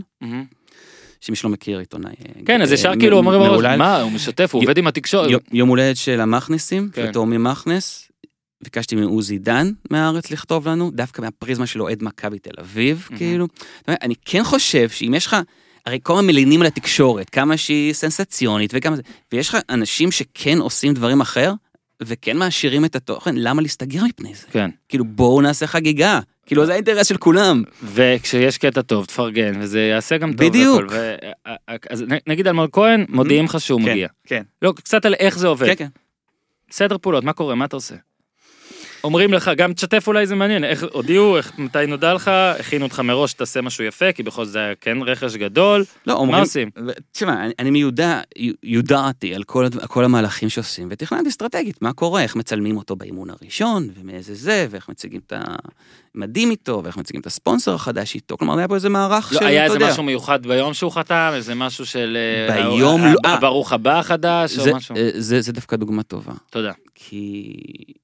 שמי שלא מכיר עיתונאי. כן, אז ישר כאילו אומרים בראש, מה, הוא משתף, הוא עובד עם התקשורת. יום הולדת של המכנסים, של תאומי מכנס, ביקשתי מעוזי דן מהארץ לכתוב לנו, דווקא מהפריזמה של אוהד מכבי תל אביב, כאילו. אני כן חושב שאם יש לך, הרי כל המלינים על התקשורת, כמה שהיא סנסציונית וכמה זה, ויש לך אנשים שכן עושים דברים אחר, וכן מעשירים את התוכן, למה להסתגר מפני זה? כן. כאילו בואו נעשה חגיגה, כאילו זה האינטרס של כולם. וכשיש קטע טוב, תפרגן, וזה יעשה גם טוב. בדיוק. ו... אז נגיד אלמוג כהן, מודיעים לך שהוא מגיע. כן. לא, קצת על איך זה עובד. כן, כן. סדר פעולות, מה קורה, מה אתה עושה? אומרים לך, גם תשתף אולי זה מעניין, איך הודיעו, איך, מתי נודע לך, הכינו אותך מראש, תעשה משהו יפה, כי בכל זה היה כן רכש גדול, לא, אומרים, מה עושים? תשמע, אני, אני מיודע, יודעתי על כל, כל המהלכים שעושים, ותכננתי אסטרטגית, מה קורה, איך מצלמים אותו באימון הראשון, ומאיזה זה, ואיך מציגים את המדים איתו, ואיך מציגים את הספונסר החדש איתו, כלומר, היה פה איזה מערך לא, של, היה איזה יודע. משהו מיוחד ביום שהוא חתם, איזה משהו של... ביום, ה, לא, ברוך הבא חדש, זה, או משהו? זה, זה דווקא דוגמה טובה. תודה. כי...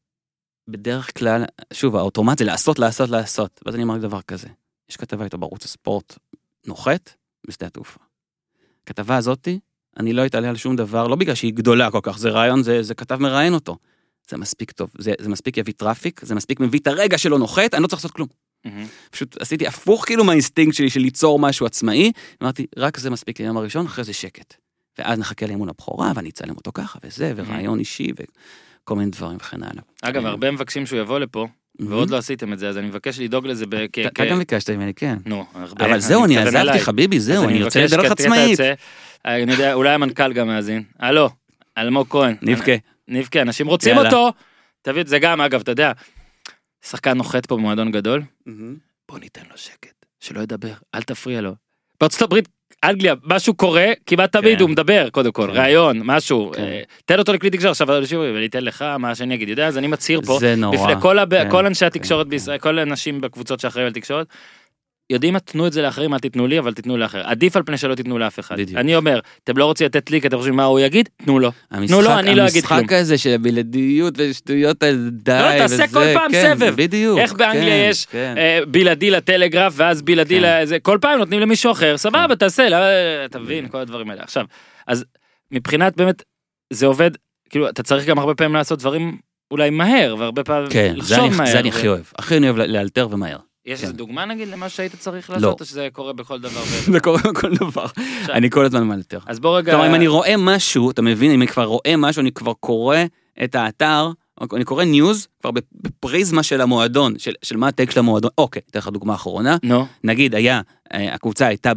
בדרך כלל, שוב, האוטומט זה לעשות, לעשות, לעשות. ואז אני אמר דבר כזה. יש כתבה איתו בערוץ הספורט נוחת בשדה התעופה. הכתבה הזאת, אני לא אתעלה על שום דבר, לא בגלל שהיא גדולה כל כך, זה רעיון, זה, זה כתב מראיין אותו. זה מספיק טוב, זה, זה מספיק יביא טראפיק, זה מספיק מביא את הרגע שלו נוחת, אני לא צריך לעשות כלום. Mm-hmm. פשוט עשיתי הפוך כאילו מהאינסטינקט שלי של ליצור משהו עצמאי, אמרתי, רק זה מספיק ליום הראשון, אחרי זה שקט. ואז נחכה לאימון הבכורה, ואני אצלם אותו ככה, וזה, ורעיון אישי, ו... כל מיני דברים וכן הלאה. אגב, הרבה מבקשים שהוא יבוא לפה, ועוד לא עשיתם את זה, אז אני מבקש לדאוג לזה בכ... אתה גם ביקשת ממני, כן. נו, הרבה. אבל זהו, אני עזבתי, חביבי, זהו, אני רוצה לדבר לך עצמאית. אני יודע, אולי המנכ"ל גם מאזין. הלו, אלמוג כהן. נבכה. נבכה, אנשים רוצים אותו. תביא את זה גם, אגב, אתה יודע, שחקן נוחת פה במועדון גדול, בוא ניתן לו שקט, שלא ידבר, אל תפריע לו. בארצות הברית, אנגליה, משהו קורה, כמעט תמיד הוא מדבר, קודם כל, רעיון, משהו, תן אותו לכלי תקשורת, עכשיו אני אתן לך מה שאני אגיד, יודע, אז אני מצהיר פה, בפני כל אנשי התקשורת בישראל, כל האנשים בקבוצות שאחראים על תקשורת, יודעים מה, תנו את זה לאחרים, אל תיתנו לי, אבל תיתנו לאחר. עדיף על פני שלא תיתנו לאף אחד. אני אומר, אתם לא רוצים לתת לי, כי אתם חושבים מה הוא יגיד, תנו לו. תנו לו, אני לא אגיד כלום. המשחק הזה של בלעדיות ושטויות על די, לא, תעשה כל פעם סבב. בדיוק. איך באנגליה יש בלעדי לטלגרף, ואז בלעדי לזה, כל פעם נותנים למישהו אחר, סבבה, תעשה, תבין, כל הדברים האלה. עכשיו, אז מבחינת באמת, זה עובד, כאילו, אתה צריך גם הרבה פעמים לעשות דברים אולי מהר, והרבה פעמים לחשוב מהר. זה אני הכי אוהב. הכי אני אוהב לאלתר ומהר. יש איזו דוגמה נגיד למה שהיית צריך לעשות, או שזה קורה בכל דבר? זה קורה בכל דבר. אני כל הזמן מאלתר. אז בוא רגע... כלומר, אם אני רואה משהו, אתה מבין, אם אני כבר רואה משהו, אני כבר קורא את האתר, אני קורא ניוז, כבר בפריזמה של המועדון, של מה הטקסט של המועדון. אוקיי, תלך הדוגמה האחרונה. נגיד, היה, הקבוצה הייתה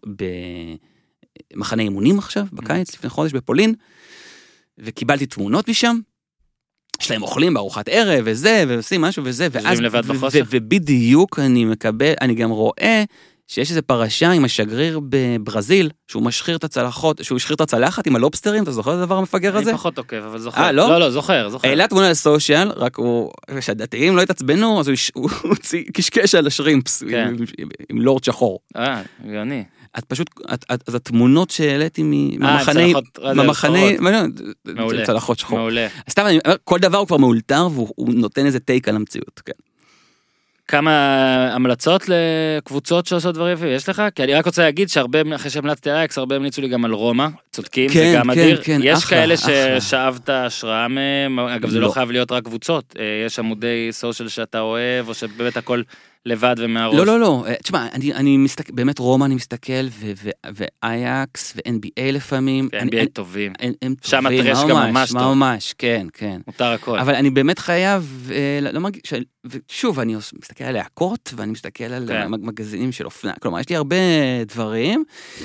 במחנה אימונים עכשיו, בקיץ, לפני חודש בפולין, וקיבלתי תמונות משם, יש להם אוכלים בארוחת ערב וזה, ועושים משהו וזה, ואז, ובדיוק אני מקבל, אני גם רואה שיש איזו פרשה עם השגריר בברזיל, שהוא משחיר את הצלחות, שהוא השחיר את הצלחת עם הלובסטרים, אתה זוכר את הדבר המפגר הזה? אני פחות עוקב, אבל זוכר. לא, לא, זוכר, זוכר. העלה תמונה לסושיאל, רק הוא, שהדתיים לא התעצבנו, אז הוא קשקש על השרימפס, עם לורד שחור. אה, גאוני. את פשוט, אז התמונות שהעליתי ממחנה, ממחנה, צלחות שחור. מעולה. סתם, אני אומר, כל דבר הוא כבר מאולתר, והוא נותן איזה טייק על המציאות, כן. כמה המלצות לקבוצות שעושות דברים יש לך? כי אני רק רוצה להגיד שהרבה, אחרי שהמלצתי על אייקס, הרבה המליצו לי גם על רומא, צודקים, זה גם אדיר. יש כאלה ששאבת השראה מהם, אגב זה לא חייב להיות רק קבוצות, יש עמודי סושיאל שאתה אוהב, או שבאמת הכל לבד ומהראש. לא, לא, לא, תשמע, אני מסתכל, באמת רומא אני מסתכל, ואייקס ו-אן בי איי לפעמים. אן בי איי טובים. הם שם טובים, הטרש גם ממש טוב. ממש, כן, כן. מותר הכל. אבל אני באמת חייב, לא מרגיש, ושוב, אני מסתכל על להקות, ואני מסתכל על מגזינים של אופנה, כלומר, יש לי הרבה דברים.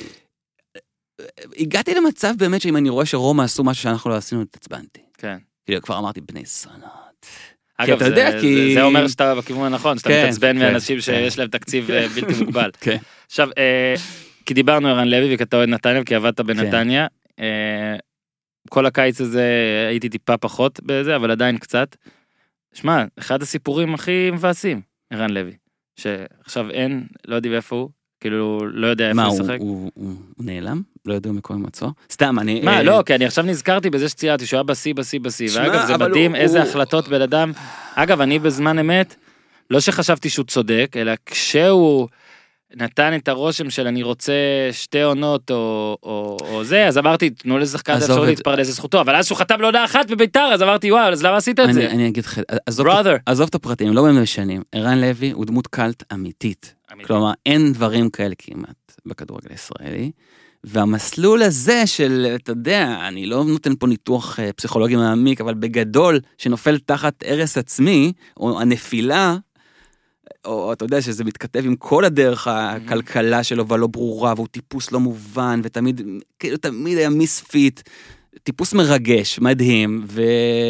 הגעתי למצב באמת שאם אני רואה שרומא עשו משהו שאנחנו לא עשינו, התעצבנתי. כן. כאילו, כבר אמרתי, בני זונות. אגב, זה, יודע, זה, כי... זה אומר שאתה בכיוון הנכון, שאתה כן, מתעצבן כן, מאנשים כן. שיש להם תקציב בלתי מוגבל. כן. עכשיו, אה, כי דיברנו ערן לוי וכתה אוהד נתניה, כי עבדת בנתניה, כן. אה, כל הקיץ הזה הייתי טיפה פחות בזה, אבל עדיין קצת. שמע, אחד הסיפורים הכי מבאסים, ערן לוי, שעכשיו אין, לא יודע איפה הוא, כאילו לא יודע איפה הוא לשחק. מה, הוא, הוא, הוא נעלם? לא יודע מקום מצוא? סתם, אני... מה, לא, כי אני עכשיו נזכרתי בזה שציירתי, שהוא היה בסי, בסי, בסי, ואגב, זה מדהים איזה החלטות בן אדם. אגב, אני בזמן אמת, לא שחשבתי שהוא צודק, אלא כשהוא נתן את הרושם של אני רוצה שתי עונות או זה, אז אמרתי, תנו לשחקן אפשר להתפרנס לזכותו, אבל אז שהוא חתם לעונה אחת בביתר, אז אמרתי, וואו, אז למה עשית את זה? אני אגיד לך, עזוב את הפרטים, לא באמת משנים. ערן לוי הוא דמות קלט אמיתית. כלומר, אין דברים כאלה כמעט בכדורגל הישראלי. והמסלול הזה של, אתה יודע, אני לא נותן פה ניתוח פסיכולוגי מעמיק, אבל בגדול, שנופל תחת ערס עצמי, או הנפילה, או אתה יודע שזה מתכתב עם כל הדרך הכלכלה שלו, והלא ברורה, והוא טיפוס לא מובן, ותמיד, כאילו תמיד היה מיספיט, טיפוס מרגש, מדהים, ו...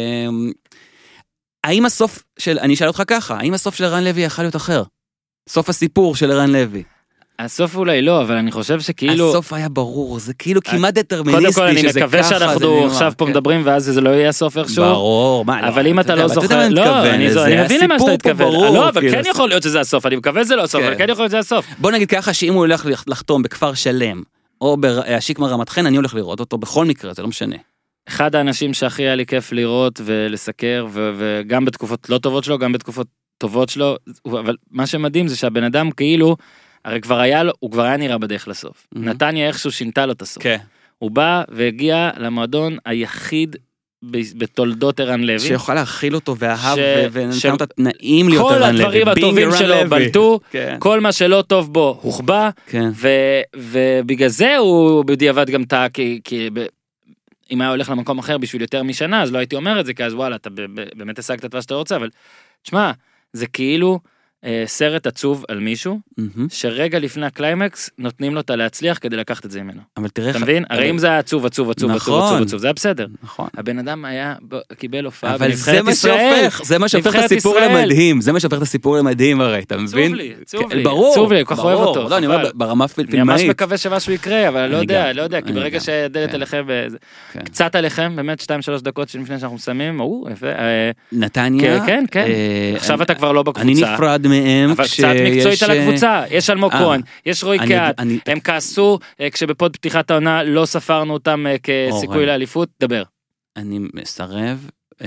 האם הסוף של, אני אשאל אותך ככה, האם הסוף של ערן לוי יכול להיות אחר? סוף הסיפור של ערן לוי. הסוף אולי לא, אבל אני חושב שכאילו... הסוף היה ברור, זה כאילו כמעט דטרמיניסטי שזה ככה. קודם כל, אני מקווה שאנחנו עכשיו פה מדברים, ואז זה לא יהיה הסוף איכשהו. ברור, מה, אבל אם אתה לא זוכר... לא, אני מבין למה שאתה מתכוון. לא, אבל כן יכול להיות שזה הסוף, אני מקווה שזה לא הסוף, אבל כן יכול להיות שזה הסוף. בוא נגיד ככה, שאם הוא הולך לחתום בכפר שלם, או בהשיקמה רמת חן, אני הולך לראות אותו בכל מקרה, זה לא משנה. אחד האנשים שהכי היה לי כיף לראות ולסקר, וגם בתקופות לא טובות שלו, גם בתקופות טובות שלו, אבל מה שמדהים זה שהבן אדם כאילו הרי כבר היה לו, הוא כבר היה נראה בדרך לסוף. Mm-hmm. נתניה איכשהו שינתה לו את הסוף. כן. הוא בא והגיע למועדון היחיד בתולדות ערן לוי. שיוכל להכיל אותו ואהב ש... ונתן ש... את התנאים להיות ערן לוי. כל הדברים הטובים שלו בלטו, כן. כל מה שלא טוב בו הוחבא, כן. ו... ובגלל זה הוא בדיעבד גם טעה, כי, כי ב... אם היה הולך למקום אחר בשביל יותר משנה, אז לא הייתי אומר את זה, כי אז וואלה, אתה באמת השגת את מה שאתה רוצה, אבל תשמע, זה כאילו... סרט עצוב על מישהו, שרגע לפני הקליימקס נותנים לו אותה להצליח כדי לקחת את זה ממנו. אבל תראה... אתה מבין? הרי אם זה היה עצוב, עצוב, עצוב, עצוב, עצוב, עצוב, זה היה בסדר. נכון. הבן אדם היה, קיבל הופעה בנבחרת ישראל. זה מה שהופך את הסיפור למדהים, זה מה שהופך את הסיפור למדהים הרי, אתה מבין? עצוב לי, עצוב לי. ברור. עצוב לי, כל כך אוהב אותו. לא, אני אומר ברמה פילמאית. אני ממש מקווה שמשהו יקרה, אבל לא יודע, לא יודע, כי ברגע שהדלת אליכם, קצת עליכם, באמת שתיים שלוש דקות לפני שאנחנו מסיימים, או, יפה. נתניה. כן, כן. עכשיו אתה כבר לא בקבוצה. אני נפרד מהם אבל קצת מקצועית על הקבוצה, יש אלמוג כהן, יש רועי קהת, הם כעסו כשבפוד פתיחת העונה לא ספרנו אותם כסיכוי לאליפות, דבר. אני מסרב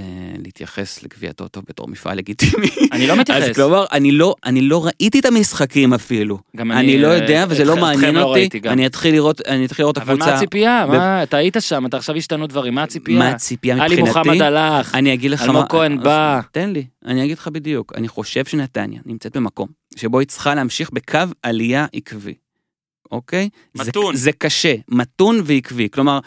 להתייחס לגביע הטוטו בתור מפעל לגיטימי. אני לא מתייחס. אז כלומר, אני לא ראיתי את המשחקים אפילו. אני לא יודע וזה לא מעניין אותי, אני אתחיל לראות את הקבוצה. אבל מה הציפייה? אתה היית שם, אתה עכשיו השתנו דברים, מה הציפייה? מה הציפייה מבחינתי? עלי מוחמד הלך, אלמוג כהן בא. תן לי, אני אגיד לך בדיוק, אני חושב שנתניה נמצאת במקום, שבו היא צריכה להמשיך בקו עלייה עקבי. אוקיי? מתון. זה קשה, מתון ועקבי. כלומר,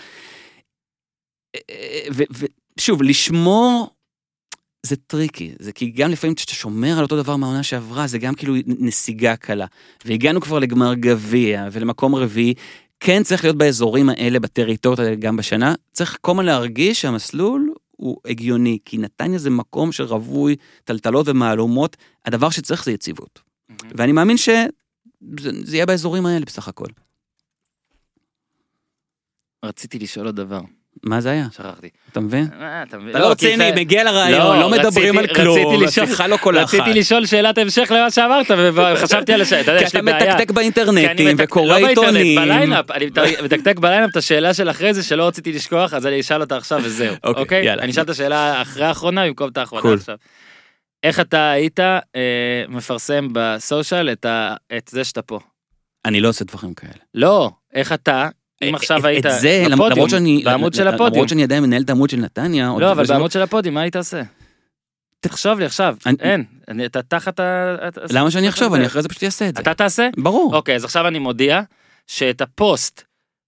ושוב, לשמור זה טריקי, זה כי גם לפעמים שאתה שומר על אותו דבר מהעונה שעברה, זה גם כאילו נסיגה קלה. והגענו כבר לגמר גביע ולמקום רביעי, כן צריך להיות באזורים האלה, בטריטוריות האלה גם בשנה, צריך כל מה להרגיש שהמסלול הוא הגיוני, כי נתניה זה מקום שרווי טלטלות ומעלומות, הדבר שצריך זה יציבות. Mm-hmm. ואני מאמין שזה יהיה באזורים האלה בסך הכל. רציתי לשאול עוד דבר. מה זה היה? שכחתי. אתה מבין? אתה מבין? אתה לא רציני, מגיע לרעיון, לא מדברים על כלום, השיחה לא כל אחת. רציתי לשאול שאלת המשך למה שאמרת, וחשבתי על השאלה, אתה יודע, יש לי בעיה. כי אתה מתקתק באינטרנטים, וקורא עיתונים. בליינאפ, אני מתקתק בליינאפ את השאלה של אחרי זה, שלא רציתי לשכוח, אז אני אשאל אותה עכשיו וזהו, אוקיי? אני אשאל את השאלה אחרי האחרונה, במקום את האחרונה עכשיו. איך אתה היית מפרסם בסושיאל את זה שאתה פה? אני לא עושה דברים כאלה. לא, איך אתה... אם עכשיו היית בפודיום, בעמוד של הפודיום. למרות שאני עדיין מנהל את העמוד של נתניה. לא, אבל בעמוד של הפודיום, מה היית עושה? תחשוב לי עכשיו, אין, אתה תחת ה... למה שאני אחשוב? אני אחרי זה פשוט אעשה את זה. אתה תעשה? ברור. אוקיי, אז עכשיו אני מודיע שאת הפוסט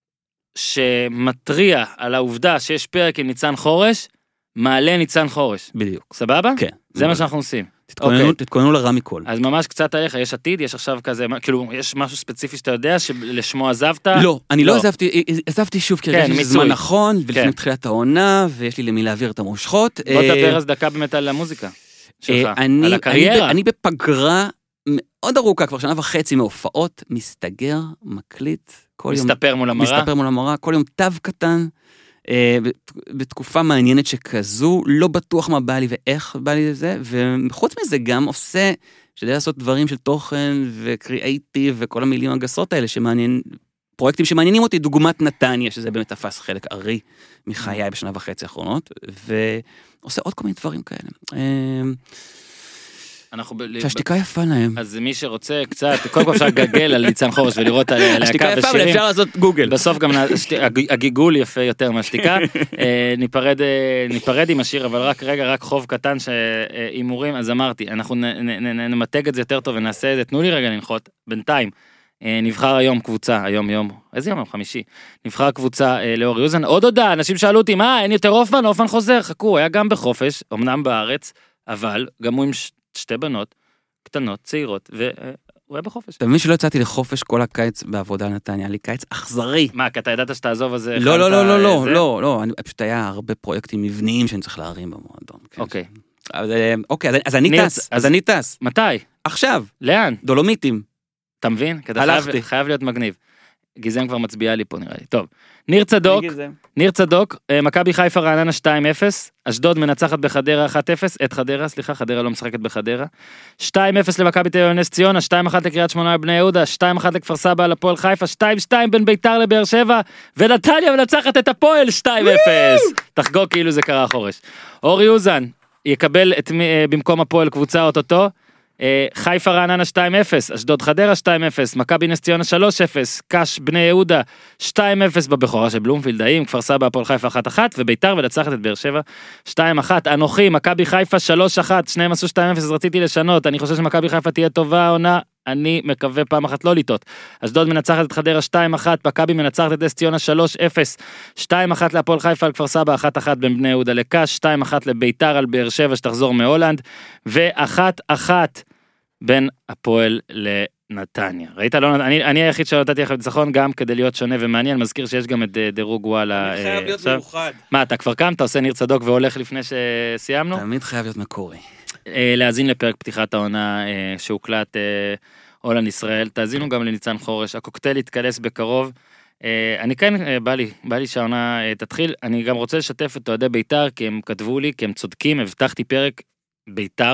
שמטריע על העובדה שיש פרק עם ניצן חורש, מעלה ניצן חורש. בדיוק. סבבה? כן. זה מה שאנחנו עושים. תתכוננו, תתכוננו לרע מכל. אז ממש קצת עליך, יש עתיד, יש עכשיו כזה, כאילו, יש משהו ספציפי שאתה יודע, שלשמו עזבת? לא, אני לא עזבתי, עזבתי שוב, כי הרגשתי שזה זמן נכון, ולפני תחילת העונה, ויש לי למי להעביר את המושכות. בוא תדבר אז דקה באמת על המוזיקה שלך, על הקריירה. אני בפגרה מאוד ארוכה, כבר שנה וחצי מהופעות, מסתגר, מקליט, כל יום. מסתפר מול המראה. מסתפר מול המראה, כל יום תו קטן. בתקופה מעניינת שכזו, לא בטוח מה בא לי ואיך בא לי לזה, וחוץ מזה גם עושה, שדי לעשות דברים של תוכן וקריאייטיב וכל המילים הגסות האלה שמעניין, פרויקטים שמעניינים אותי, דוגמת נתניה, שזה באמת תפס חלק ארי מחיי בשנה וחצי האחרונות, ועושה עוד כל מיני דברים כאלה. שהשתיקה יפה להם. אז מי שרוצה קצת, קודם כל אפשר לגגל על ניצן חורש ולראות על הלהקה ושירים. השתיקה יפה, אבל אפשר לעשות גוגל. בסוף גם הגיגול יפה יותר מהשתיקה. ניפרד עם השיר, אבל רק רגע, רק חוב קטן שאימורים, אז אמרתי, אנחנו נמתג את זה יותר טוב ונעשה את זה, תנו לי רגע לנחות, בינתיים. נבחר היום קבוצה, היום יום, איזה יום? חמישי. נבחר קבוצה לאור יוזן. עוד הודעה, אנשים שאלו אותי, מה, אין יותר אופן? אופן חוזר, חכו, הוא היה גם בחופש, אמנם בארץ, אבל גם הוא עם שתי בנות, קטנות, צעירות, והוא היה בחופש. אתה מבין שלא יצאתי לחופש כל הקיץ בעבודה נתניה, היה לי קיץ אכזרי. מה, כי אתה ידעת שתעזוב אז... לא, לא, לא, לא, לא, לא, לא, פשוט היה הרבה פרויקטים מבניים שאני צריך להרים במועדון. אוקיי. אוקיי, אז אני טס, אז אני טס. מתי? עכשיו. לאן? דולומיטים. אתה מבין? הלכתי. חייב להיות מגניב. גיזם כבר מצביעה לי פה נראה לי. טוב. ניר צדוק, ניר צדוק, מכבי חיפה רעננה שתיים אפס, אשדוד מנצחת בחדרה אחת אפס, את חדרה, סליחה, חדרה לא משחקת בחדרה, שתיים אפס למכבי תל אביב נס ציונה, שתיים אחת לקריית שמונה בני יהודה, שתיים אחת לכפר סבא על הפועל חיפה, שתיים שתיים בין ביתר לבאר שבע, ונתניה מנצחת את הפועל שתיים אפס. תחגוג כאילו זה קרה חורש. אורי אוזן יקבל את, במקום הפועל קבוצה אוטוטו, חיפה רעננה שתיים אפס, אשדוד חדרה שתיים אפס, מכבי נס ציונה שלוש אפס, קש בני יהודה שתיים אפס בבכורה של בלומפילד האם, כפר סבא הפועל חיפה אחת אחת, וביתר ולצחת את באר שבע שתיים אחת, אנוכי, מכבי חיפה שלוש אחת, שניהם עשו שתיים אפס, אז רציתי לשנות, אני חושב שמכבי חיפה תהיה טובה עונה, אני מקווה פעם אחת לא לטעות. אשדוד מנצחת את חדרה שתיים אחת, מכבי מנצחת את נס ציונה שלוש אפס, שתיים אחת להפועל חיפה על כפר סבא, אחת אחת בין בני יהודה לקש, שתיים אחת לביתר על באר שבע שתחזור מהולנד, ואחת אחת בין הפועל לנתניה. ראית? לא, אני, אני היחיד שנתתי לך בניצחון גם כדי להיות שונה ומעניין, מזכיר שיש גם את דירוג וואלה. אני חייב להיות מיוחד. מה, אתה כבר קם, אתה עושה ניר צדוק והולך לפני שסיימנו? תמיד חייב להיות מקורי. להאזין לפרק פתיחת העונה שהוקלט הולנד ישראל, תאזינו גם לניצן חורש, הקוקטייל יתכנס בקרוב, אני כן, בא לי, בא לי שהעונה תתחיל, אני גם רוצה לשתף את אוהדי ביתר, כי הם כתבו לי, כי הם צודקים, הבטחתי פרק ביתר,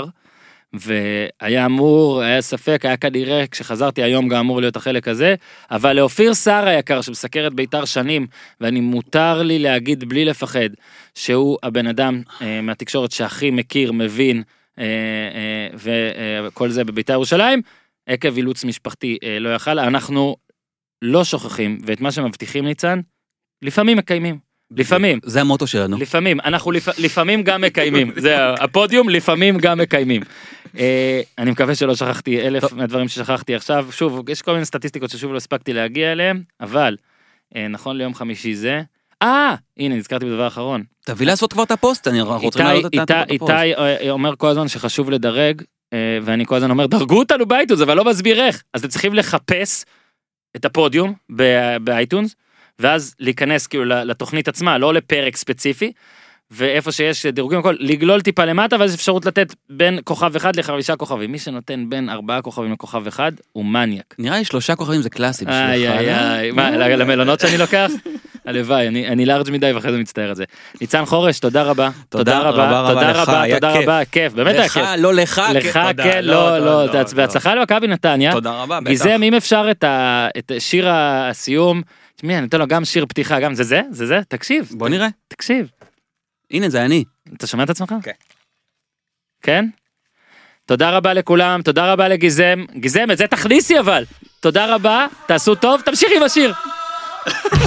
והיה אמור, היה ספק, היה כנראה, כשחזרתי היום גם אמור להיות החלק הזה, אבל לאופיר שר היקר, שמסקר את ביתר שנים, ואני מותר לי להגיד בלי לפחד, שהוא הבן אדם אה, מהתקשורת שהכי מכיר, מבין, אה, אה, וכל זה בביתר ירושלים, עקב אילוץ משפחתי אה, לא יכל, אנחנו לא שוכחים, ואת מה שמבטיחים ניצן, לפעמים מקיימים. לפעמים. זה המוטו שלנו. לפעמים, אנחנו לפ... לפעמים גם מקיימים. זה הפודיום, לפעמים גם מקיימים. אני מקווה שלא שכחתי אלף מהדברים ששכחתי עכשיו. שוב, יש כל מיני סטטיסטיקות ששוב לא הספקתי להגיע אליהם, אבל נכון ליום חמישי זה, אה, הנה, נזכרתי בדבר האחרון. תביא לעשות כבר את הפוסט, אני רוצה לעלות את הפוסט. איתי אומר כל הזמן שחשוב לדרג, ואני כל הזמן אומר, דרגו אותנו באייטונס, אבל לא מסביר איך. אז אתם צריכים לחפש את הפודיום באייטונס, ואז להיכנס כאילו לתוכנית עצמה, לא לפרק ספציפי, ואיפה שיש דירוגים, הכל, לגלול טיפה למטה, ואז אפשרות לתת בין כוכב אחד לחמישה כוכבים. מי שנותן בין ארבעה כוכבים לכוכב אחד, הוא מניאק. נראה לי שלושה כוכבים זה קלאסי. איי, איי, איי. מה, למלונות שאני לוקח? הלוואי, אני, אני לארג' מדי ואחרי זה מצטער את זה. ניצן חורש, תודה רבה. תודה רבה, תודה לך, רבה, היה תודה כיף. רבה, כיף, באמת היה כיף. לך, לא לך, לך, כן, לא, לא, בהצלחה למכבי נתניה. תודה רבה, בטח. גיזם, אם אפשר את ה- את שיר הסיום, תשמעי, אני אתן לו גם שיר פתיחה, גם זה זה, זה זה, תקשיב. בוא נראה. תקשיב. הנה, זה אני. אתה שומע את עצמך? כן. כן? תודה רבה לכולם, תודה רבה לגיזם. גיזם, את זה תכניסי אבל. תודה רבה, תעשו טוב, תמשיך עם השיר.